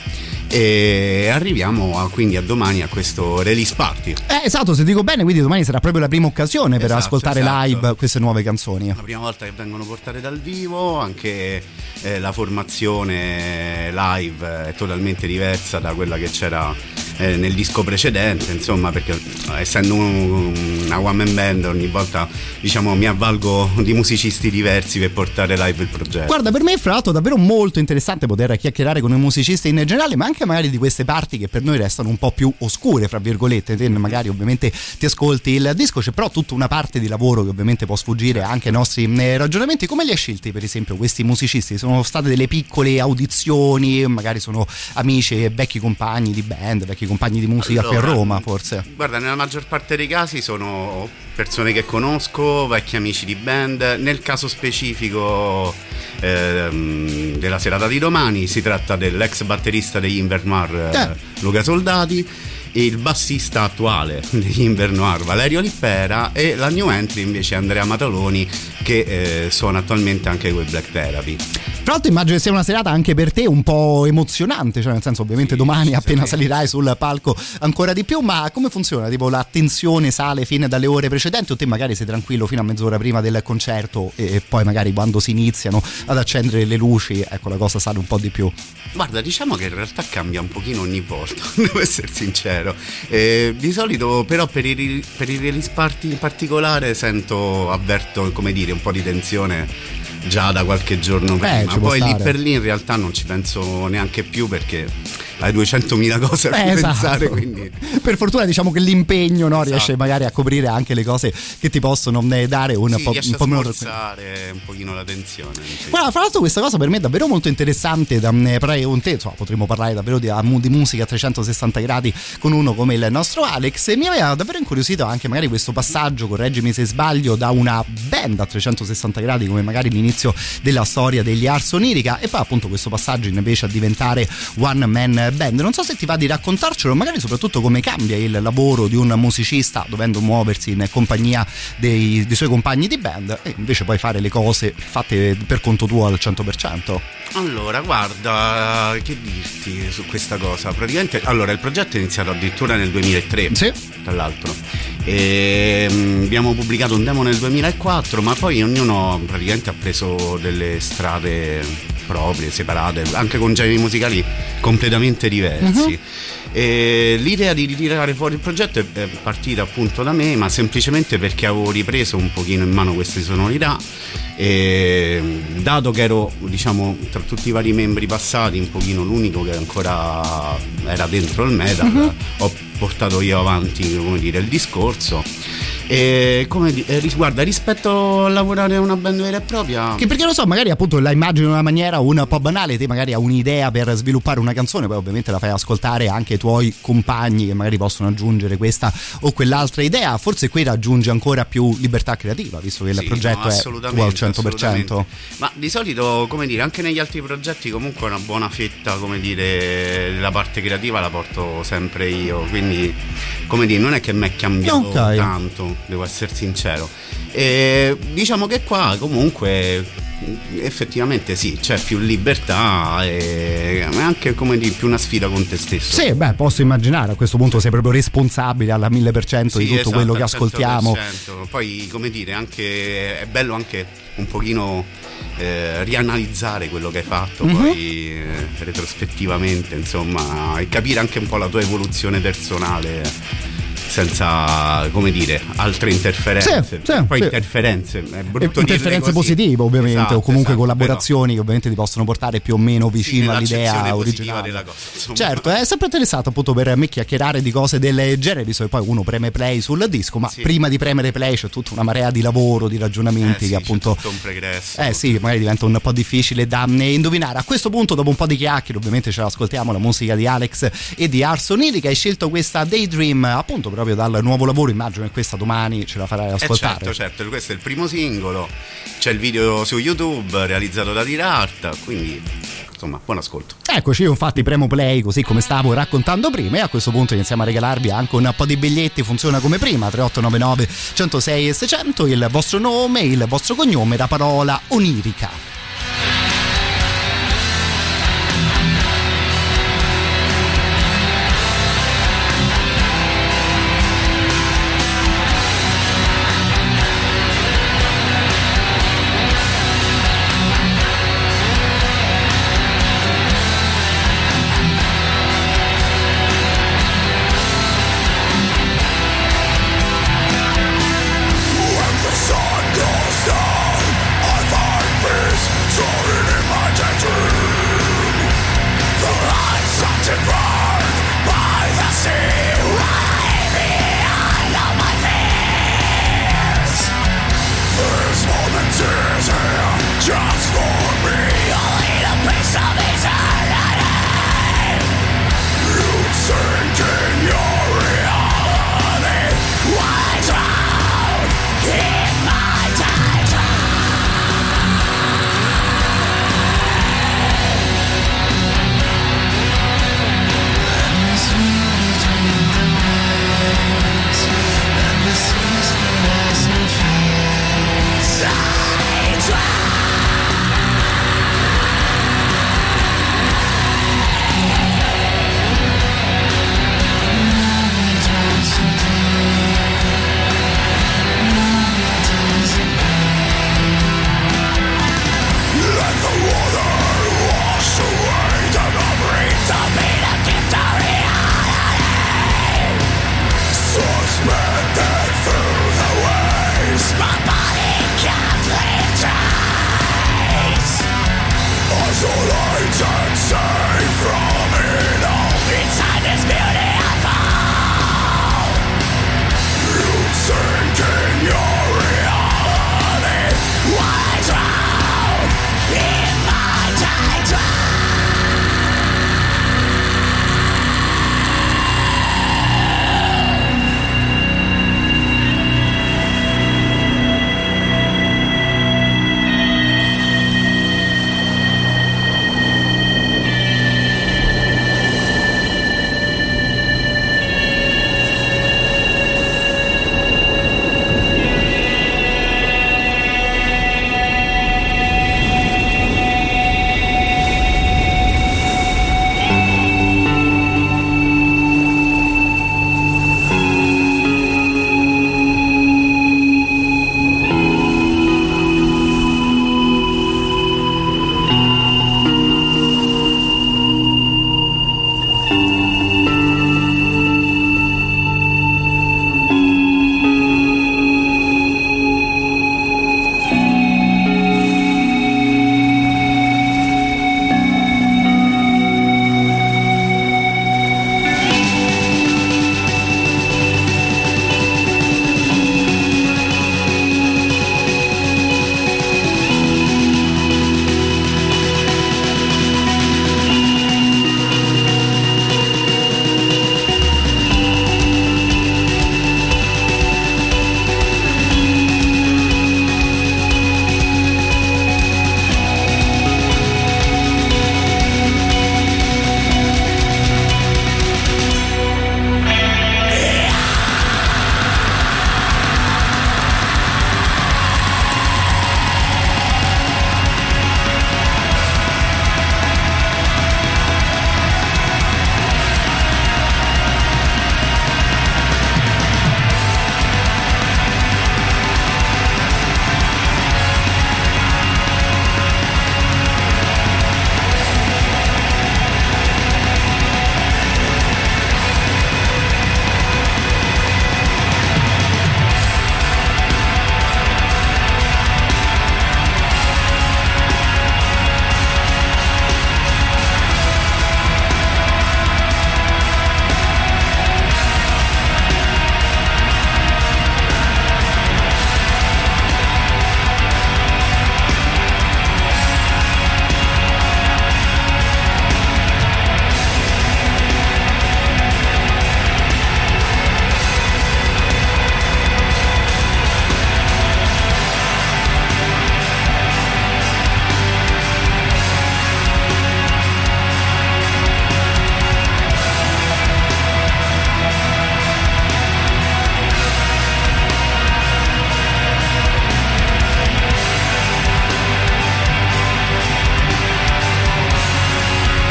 E arriviamo a, quindi a domani a questo release party. Eh, esatto, se dico bene, quindi domani sarà proprio la prima occasione per esatto, ascoltare esatto. live queste nuove canzoni. La prima volta che vengono portate dal vivo, anche eh, la formazione live è totalmente diversa da quella che c'era eh, nel disco precedente, insomma, perché essendo un, una one man band ogni volta diciamo mi avvalgo di musicisti diversi per portare live il progetto. Guarda, per me è fra l'altro davvero molto interessante poter chiacchierare con i musicisti in generale, ma anche magari di queste parti che per noi restano un po' più oscure, fra virgolette. Te magari ovviamente ti ascolti il disco, c'è però tutta una parte di lavoro che ovviamente può sfuggire anche ai nostri eh, ragionamenti. Come li hai scelti per esempio questi musicisti? Sono state delle piccole audizioni, magari sono amici e vecchi compagni di band, vecchi compagni di musica allora, qui a Roma forse? Guarda, nella maggior parte dei casi sono persone che conosco, vecchi amici di band. Nel caso specifico ehm, della serata di domani si tratta dell'ex batterista degli Invernoir eh. Luca Soldati, il bassista attuale degli Invernoir Valerio Lippera e la new entry invece Andrea Mataloni, che eh, suona attualmente anche con i Black Therapy. Tra l'altro immagino che sia una serata anche per te un po' emozionante, cioè nel senso ovviamente sì, domani appena salirai sul palco ancora di più, ma come funziona? Tipo la tensione sale fino dalle ore precedenti o te magari sei tranquillo fino a mezz'ora prima del concerto e poi magari quando si iniziano ad accendere le luci, ecco, la cosa sale un po' di più? Guarda, diciamo che in realtà cambia un pochino ogni volta, devo essere sincero. Eh, di solito però per i, per i release party in particolare sento, avverto, come dire, un po' di tensione già da qualche giorno prima. Eh, poi lì per lì in realtà non ci penso neanche più perché hai duecentomila cose a eh, pensare, esatto. Quindi per fortuna diciamo che l'impegno, no, esatto, riesce magari a coprire anche le cose che ti possono dare un sì, po', un po' meno un pochino la tensione. Sì. Guarda, fra l'altro questa cosa per me è davvero molto interessante, da, parlare con te, insomma, potremmo parlare davvero di, di musica a trecentosessanta gradi con uno come il nostro Alex, e mi aveva davvero incuriosito anche magari questo passaggio, correggimi se sbaglio, da una band a trecentosessanta gradi come magari l'inizio della storia degli Ars Onirica e poi appunto questo passaggio invece a diventare one man band. Non so se ti va di raccontarcelo, magari soprattutto come cambia il lavoro di un musicista dovendo muoversi in compagnia dei, dei suoi compagni di band e invece poi fare le cose fatte per conto tuo al cento per cento. Allora, guarda, che dirti su questa cosa? Praticamente, allora, il progetto è iniziato addirittura nel duemilatré, sì, tra l'altro, e um, abbiamo pubblicato un demo nel duemilaquattro, ma poi ognuno praticamente ha preso delle strade proprie, separate, anche con generi musicali completamente diversi. Uh-huh. E l'idea di ritirare fuori il progetto è partita appunto da me, ma semplicemente perché avevo ripreso un pochino in mano queste sonorità e dato che ero, diciamo, tra tutti i vari membri passati un pochino l'unico che ancora era dentro il metal, uh-huh, ho portato io avanti, come dire, il discorso. E come eh, guarda, rispetto a lavorare a una band vera e propria, che perché lo so, magari appunto la immagino in una maniera un po' banale, te magari hai un'idea per sviluppare una canzone, poi ovviamente la fai ascoltare anche ai tuoi compagni che magari possono aggiungere questa o quell'altra idea, forse qui raggiungi ancora più libertà creativa visto che sì, il progetto no, è tuo al cento per cento. Ma di solito, come dire, anche negli altri progetti comunque una buona fetta, come dire, della parte creativa la porto sempre io, quindi come dire, non è che mi è cambiato okay. tanto, devo essere sincero. E diciamo che qua comunque effettivamente sì, c'è più libertà e anche, come dire, più una sfida con te stesso. Sì, beh, posso immaginare, a questo punto sei proprio responsabile alla mille per cento sì, di tutto esatto, quello che ascoltiamo. Poi, come dire, anche è bello anche un pochino eh, rianalizzare quello che hai fatto, mm-hmm, poi eh, retrospettivamente, insomma, e capire anche un po' la tua evoluzione personale senza, come dire, altre interferenze. Sì, sì, poi sì. interferenze è brutto interferenze positive ovviamente, esatto, o comunque esatto, collaborazioni però che ovviamente ti possono portare più o meno vicino sì, all'idea originale della cosa, certo, è sempre interessato appunto per me chiacchierare di cose del genere, visto che poi uno preme play sul disco, ma sì, prima di premere play c'è tutta una marea di lavoro, di ragionamenti eh, sì, che appunto c'è tutto un pregresso, eh sì, magari diventa un po' difficile da indovinare. A questo punto, dopo un po' di chiacchiere, ovviamente ce l'ascoltiamo la musica di Alex e di Ars Onirica. Hai scelto questa Daydream appunto proprio dal nuovo lavoro, immagino che questa domani ce la farai ascoltare. Eh certo, certo, questo è il primo singolo, c'è il video su YouTube realizzato da Dirart, quindi insomma buon ascolto. Eccoci, io infatti premo play così come stavo raccontando prima e a questo punto iniziamo a regalarvi anche un po' di biglietti, funziona come prima, tre otto nove nove uno zero sei sei zero zero, il vostro nome, il vostro cognome, la parola onirica.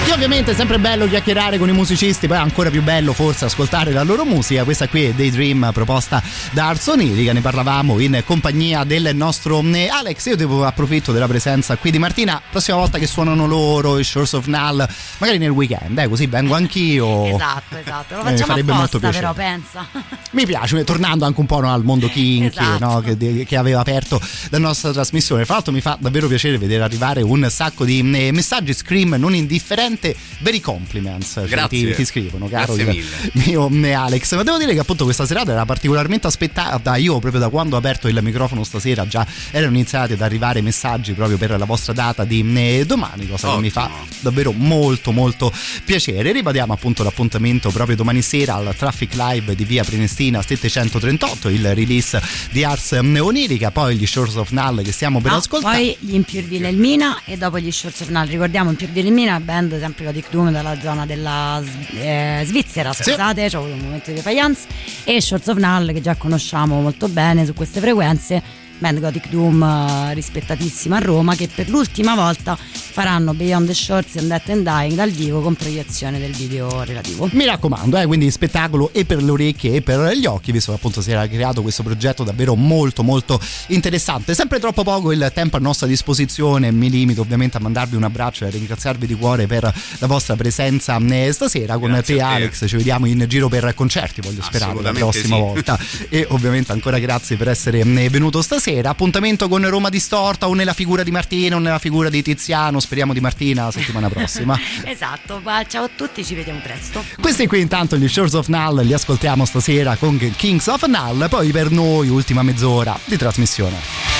E ovviamente è sempre bello chiacchierare con i musicisti, poi è ancora più bello forse ascoltare la loro musica. Questa qui è Daydream, proposta da Arsonirica, ne parlavamo in compagnia del nostro Alex. Io devo approfitto della presenza qui di Martina, prossima volta che suonano loro i Shores of Null, magari nel weekend, eh, così vengo anch'io. Esatto, esatto, lo Eh, mi facciamo farebbe molto apposta, piacere. però pensa. Mi piace, tornando anche un po' no, al mondo kinky, Esatto. no, che, che aveva aperto la nostra trasmissione. Fra l'altro mi fa davvero piacere vedere arrivare un sacco di eh, messaggi, scream non indifferente, very compliments, cioè, Grazie. ti, ti scrivono, caro Grazie il mille. mio eh, Alex. Ma devo dire che appunto questa serata era particolarmente aspettata. Io proprio da quando ho aperto il microfono stasera già erano iniziati ad arrivare messaggi proprio per la vostra data di eh, domani, cosa Ottimo. che mi fa davvero molto molto piacere. Ribadiamo appunto l'appuntamento proprio domani sera al Traffic Live di via Prenestina settecentotrentotto, il release di Ars Onirica, poi gli Shores of Null che stiamo per No, ascoltare. poi gli Impure Wilhelmina e dopo gli Shores of Null. Ricordiamo Impure Wilhelmina, band sempre Gothic Doom dalla zona della eh, Svizzera, Sì. scusate, c'è avuto un momento di defiance, e Shores of Null che già conosciamo molto bene su queste frequenze, band Gothic Doom eh, rispettatissima a Roma, che per l'ultima volta faranno Beyond the Shores and Death and Dying dal vivo con proiezione del video relativo. Mi raccomando, eh, quindi spettacolo e per le orecchie e per gli occhi, visto che appunto si era creato questo progetto davvero molto molto interessante. Sempre troppo poco il tempo a nostra disposizione, mi limito ovviamente a mandarvi un abbraccio e a ringraziarvi di cuore per la vostra presenza eh, stasera. Con Grazie te a te. Alex ci vediamo in giro per concerti, voglio sperare la Assolutamente prossima sì. volta. E ovviamente ancora grazie per essere eh, venuto stasera. Appuntamento con Roma Distorta, o nella figura di Martina o nella figura di Tiziano, speriamo di Martina la settimana prossima. Esatto, ma ciao a tutti, ci vediamo presto. Questi qui intanto gli Shores of Null li ascoltiamo stasera con Kings of Null, poi per noi ultima mezz'ora di trasmissione.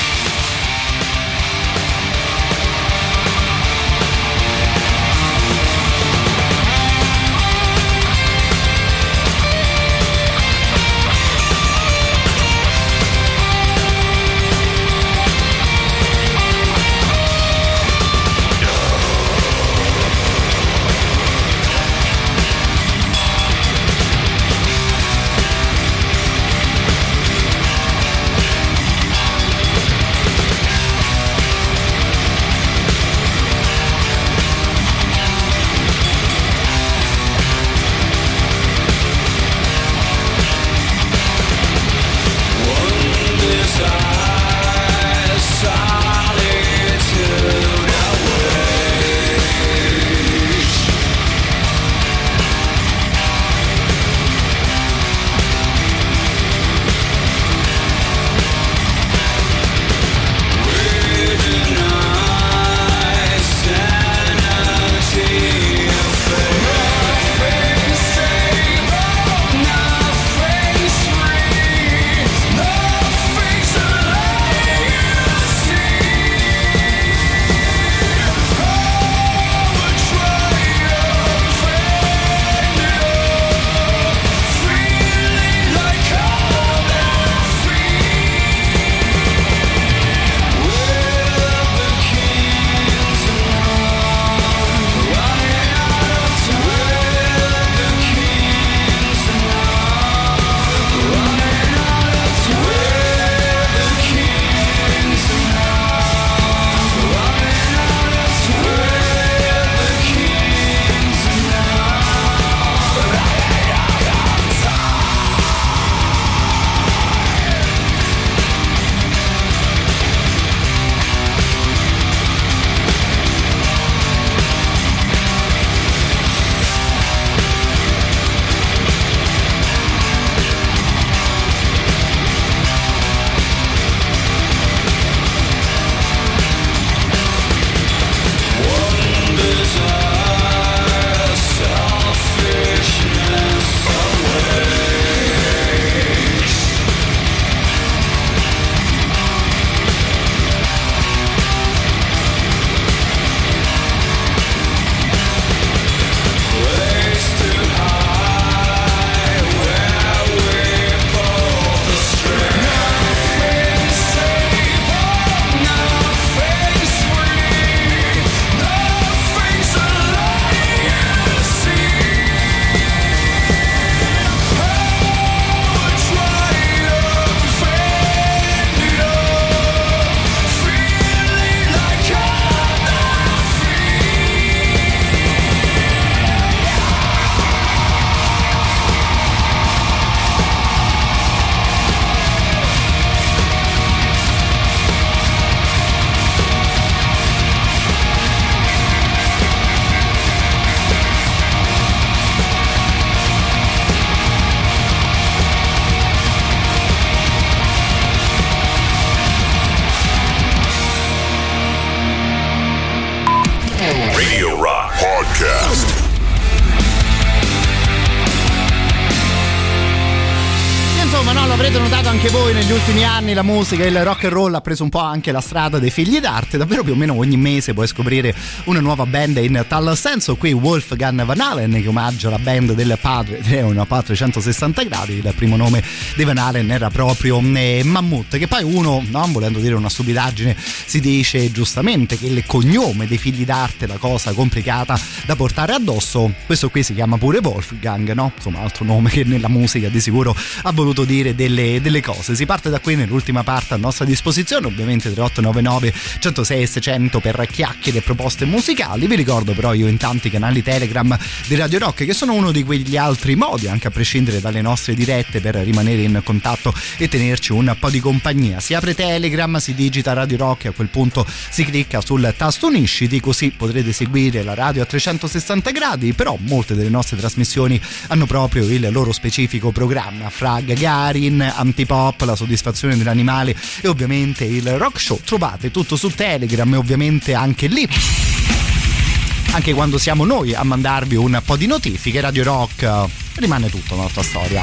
anche voi negli ultimi anni la musica, il rock and roll ha preso un po' anche la strada dei figli d'arte. Davvero più o meno ogni mese puoi scoprire una nuova band in tal senso. Qui Wolfgang Van Halen che omaggia la band del padre, è una a trecentosessanta gradi. Il primo nome di Van Halen era proprio eh, Mammut, che poi uno, non volendo dire una stupidaggine, si dice giustamente che il cognome dei figli d'arte è la cosa complicata da portare addosso. Questo qui si chiama pure Wolfgang, no? Insomma, altro nome che nella musica di sicuro ha voluto dire delle, delle cose. Si parte da qui nell'ultima parte a nostra disposizione, ovviamente tre otto nove nove uno zero sei seicento per chiacchiere e proposte musicali. Vi ricordo però io in tanti canali Telegram di Radio Rock, che sono uno di quegli altri modi, anche a prescindere dalle nostre dirette, per rimanere in contatto e tenerci un po' di compagnia. Si apre Telegram, si digita Radio Rock e a quel punto si clicca sul tasto unisciti, così potrete seguire la radio a trecentosessanta gradi. Però molte delle nostre trasmissioni hanno proprio il loro specifico programma, fra Gagarin, Antipop, La soddisfazione dell'animale e ovviamente il Rock Show. Trovate tutto su Telegram e ovviamente anche lì, anche quando siamo noi a mandarvi un po' di notifiche. Radio Rock rimane tutto la nostra storia.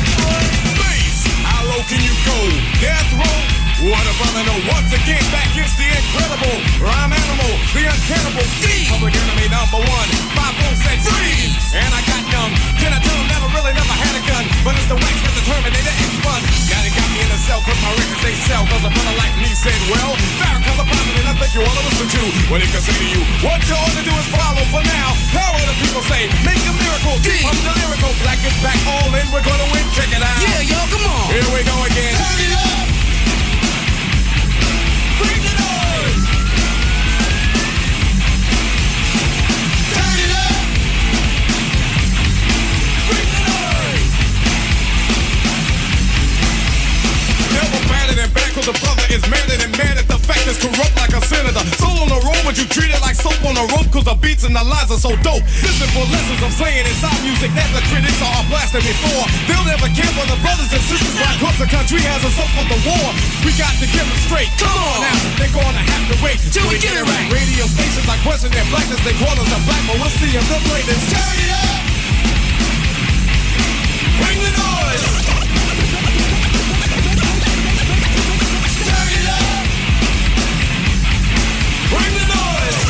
How low can you go? Death row? What a brother, no. Once again, back is the incredible rhyme animal, the uncannibal D. Public enemy number one. Five volts said freeze, and I got numb. Can I tell them never really never had a gun? But it's the wax that the Terminator X fun. Now they got me in a cell, cause my records they sell. Cause a brother like me said, well, Farrakhan's a prophet and I think you ought to listen to what he can say to you. What you ought to do is follow for now. How will the people say? Make a miracle. D. I'm the lyrical. Black is back, all in. We're gonna win. Check it out. Yeah, yo, come on. Here we go again. Turn it up. Bring the noise. Turn it up. Bring the noise. Never better than bad, cause a brother is madder than mad at the fact that's corrupt like a senator. Soul on the road, but you treat it like soap on a rope, cause the beats and the lines are so dope. Listen for lessons I'm saying inside music that the critics are blasting before. They'll never care for the brothers and sisters, why cause the country has us up for the war. We got to get them straight. Come on now, they're gonna have to wait till we get it right. Radio stations like question their blackness, they call us a black, but we'll see if they'll play this. Turn it up. Bring the noise. Turn it up. Bring the noise.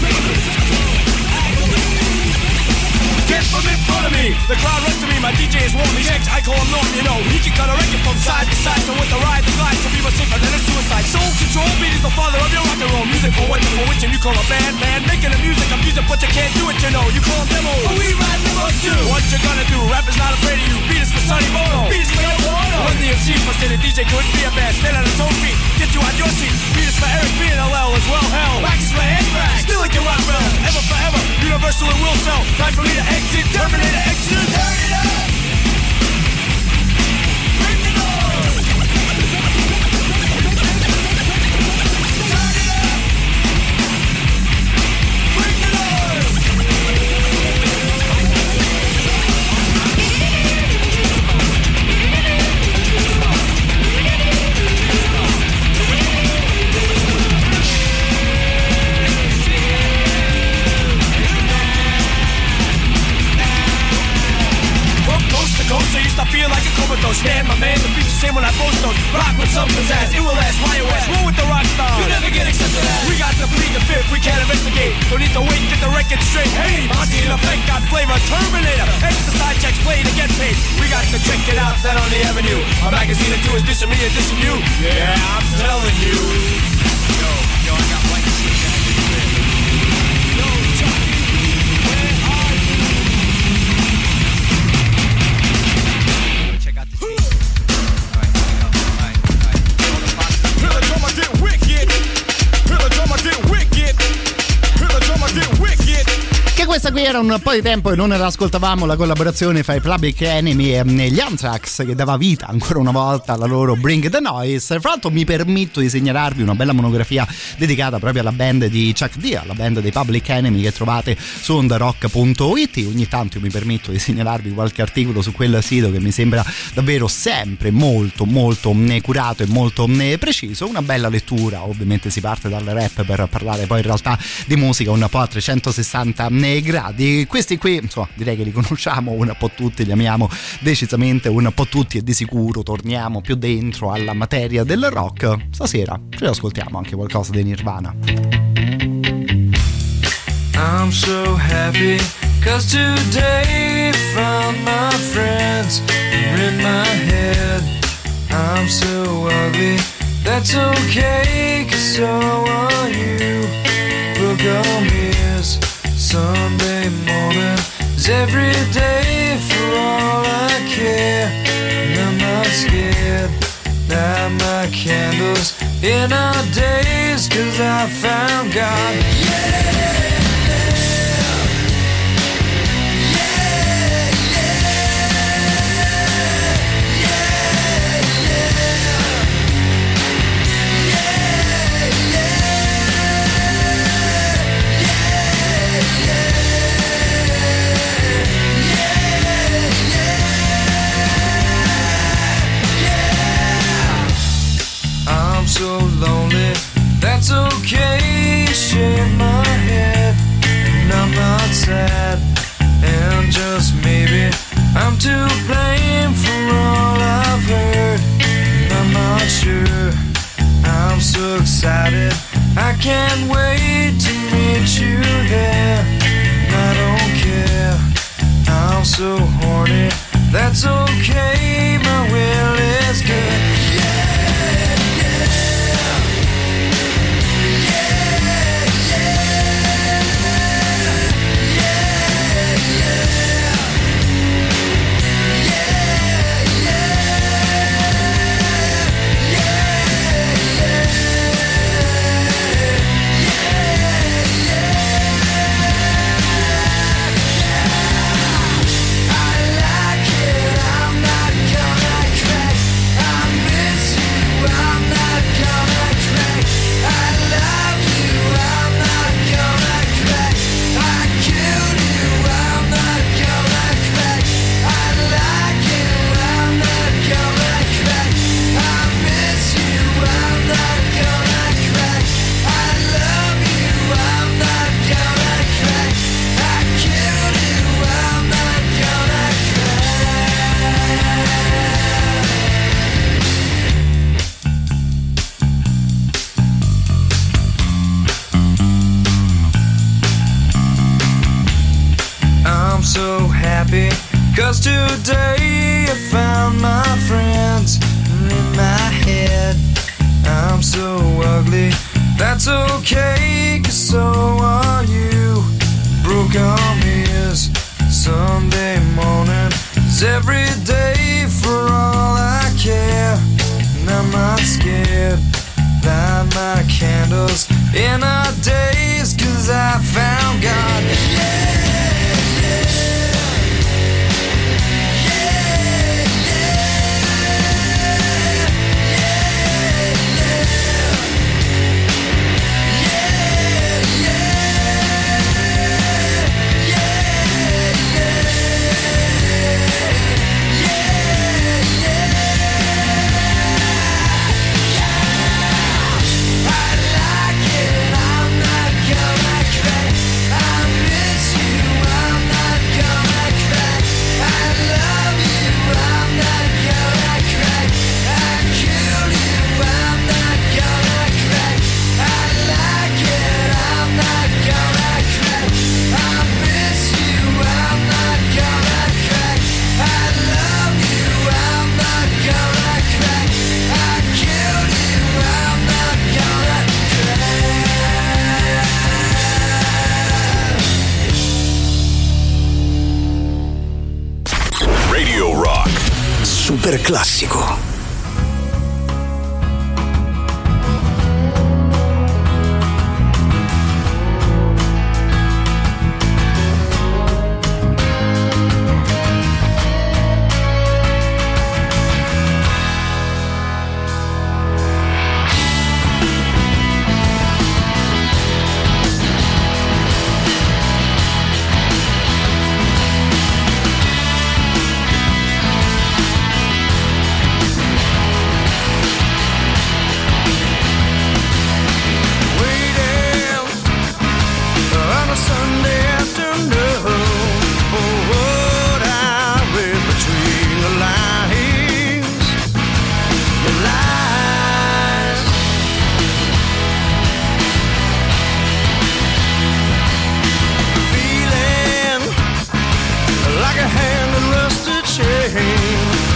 Get from in front of me. The crowd runs to me. My D J is warm. He's X. I call him Norm. You know he can cut a record from side to side. So with the ride, the glide, so be much safer than a suicide. Soul control beat is the father of your rock and roll music. For what for which and you call a band, man. Making the music, I'm music, but you can't do it. You know you call them demos. But we ride demos too. What you gonna do? Rap is not afraid of you. Beat is for Sonny Bono. Beat is for Yoko Ono. When the M C must say the D J couldn't be a band. Stand on his own feet. Get you out your seat. Beat is for Eric B and L L as well. Hell, wax is for Anthrax. Still like your rock bell. Ever forever. Universal and will sell. Time for me to exit. Terminator exit. Turn it up. Bring the noise. Turn it up. Bring the noise. Ghost, so you stop feeling like a comatose. Stand, my man, the beat's the same when I post those. Rock with some pizzazz, it will last, why you ask? Roll with the rock star, you never get accepted as. We got to plead the fifth, we can't investigate. Don't need to wait, get the record straight. Hey, Monty in effect, got flavor, Terminator. Exercise checks, play to get paid. We got to check it out, that on the avenue. A magazine or two is dissing me and dissing you. Yeah, I'm telling you. Yo, yo, I got white shit. Yo, Chucky, where are you? Che questa qui era un po' di tempo e non ascoltavamo la collaborazione fra i Public Enemy e gli Anthrax, che dava vita ancora una volta alla loro Bring the Noise. Fra l'altro mi permetto di segnalarvi una bella monografia dedicata proprio alla band di Chuck D, alla band dei Public Enemy, che trovate su ondarock punto it. Ogni tanto io mi permetto di segnalarvi qualche articolo su quel sito che mi sembra davvero sempre molto molto curato e molto preciso. Una bella lettura, ovviamente si parte dal rap per parlare poi in realtà di musica un po' a trecentosessanta gradi. Questi qui, insomma, direi che li conosciamo un po' tutti, li amiamo decisamente un po' tutti, e di sicuro torniamo più dentro alla materia del rock. Stasera ci ascoltiamo anche qualcosa di Nirvana. I'm so happy, cause today found my friends in my head. I'm so ugly, that's okay, cause so are you. Look on me as Sunday morning is every day for all I care. And I'm not scared, light my candles in our days, cause I found God. Yeah! So lonely, that's okay, shake my head, and I'm not sad, and just maybe I'm to blame for all I've heard, and I'm not sure, I'm so excited, I can't wait to meet you there, and I don't care, I'm so horny, that's okay, my will is good, yeah. So happy, cause today I found my friends in my head. I'm so ugly, that's okay, cause so are you. Broke on me is Sunday morning, is every day for all I care. And I'm not scared, light my candles in our days, cause I found God. Yeah! Super classico. Yeah.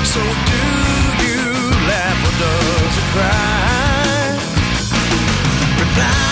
So do you laugh or does it cry? Reply.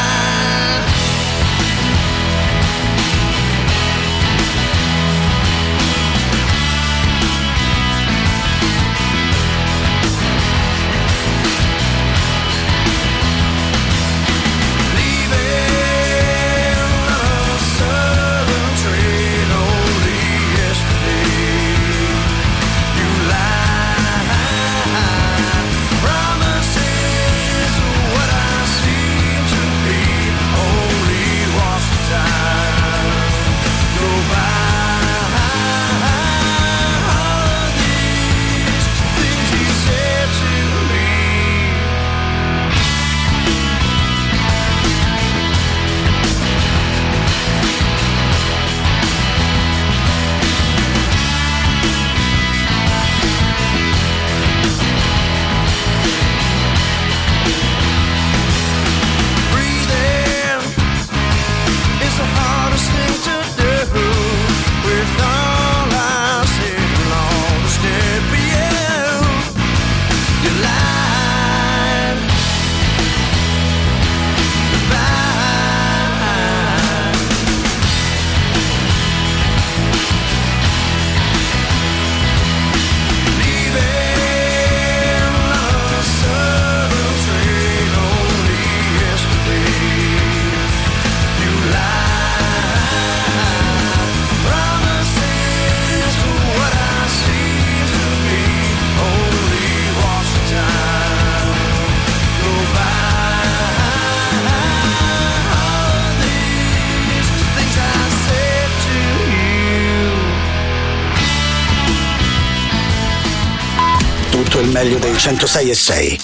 Il meglio dei centosei e sei.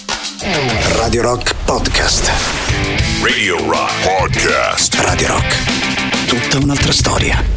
Radio Rock Podcast. Radio Rock Podcast. Radio Rock. Tutta un'altra storia.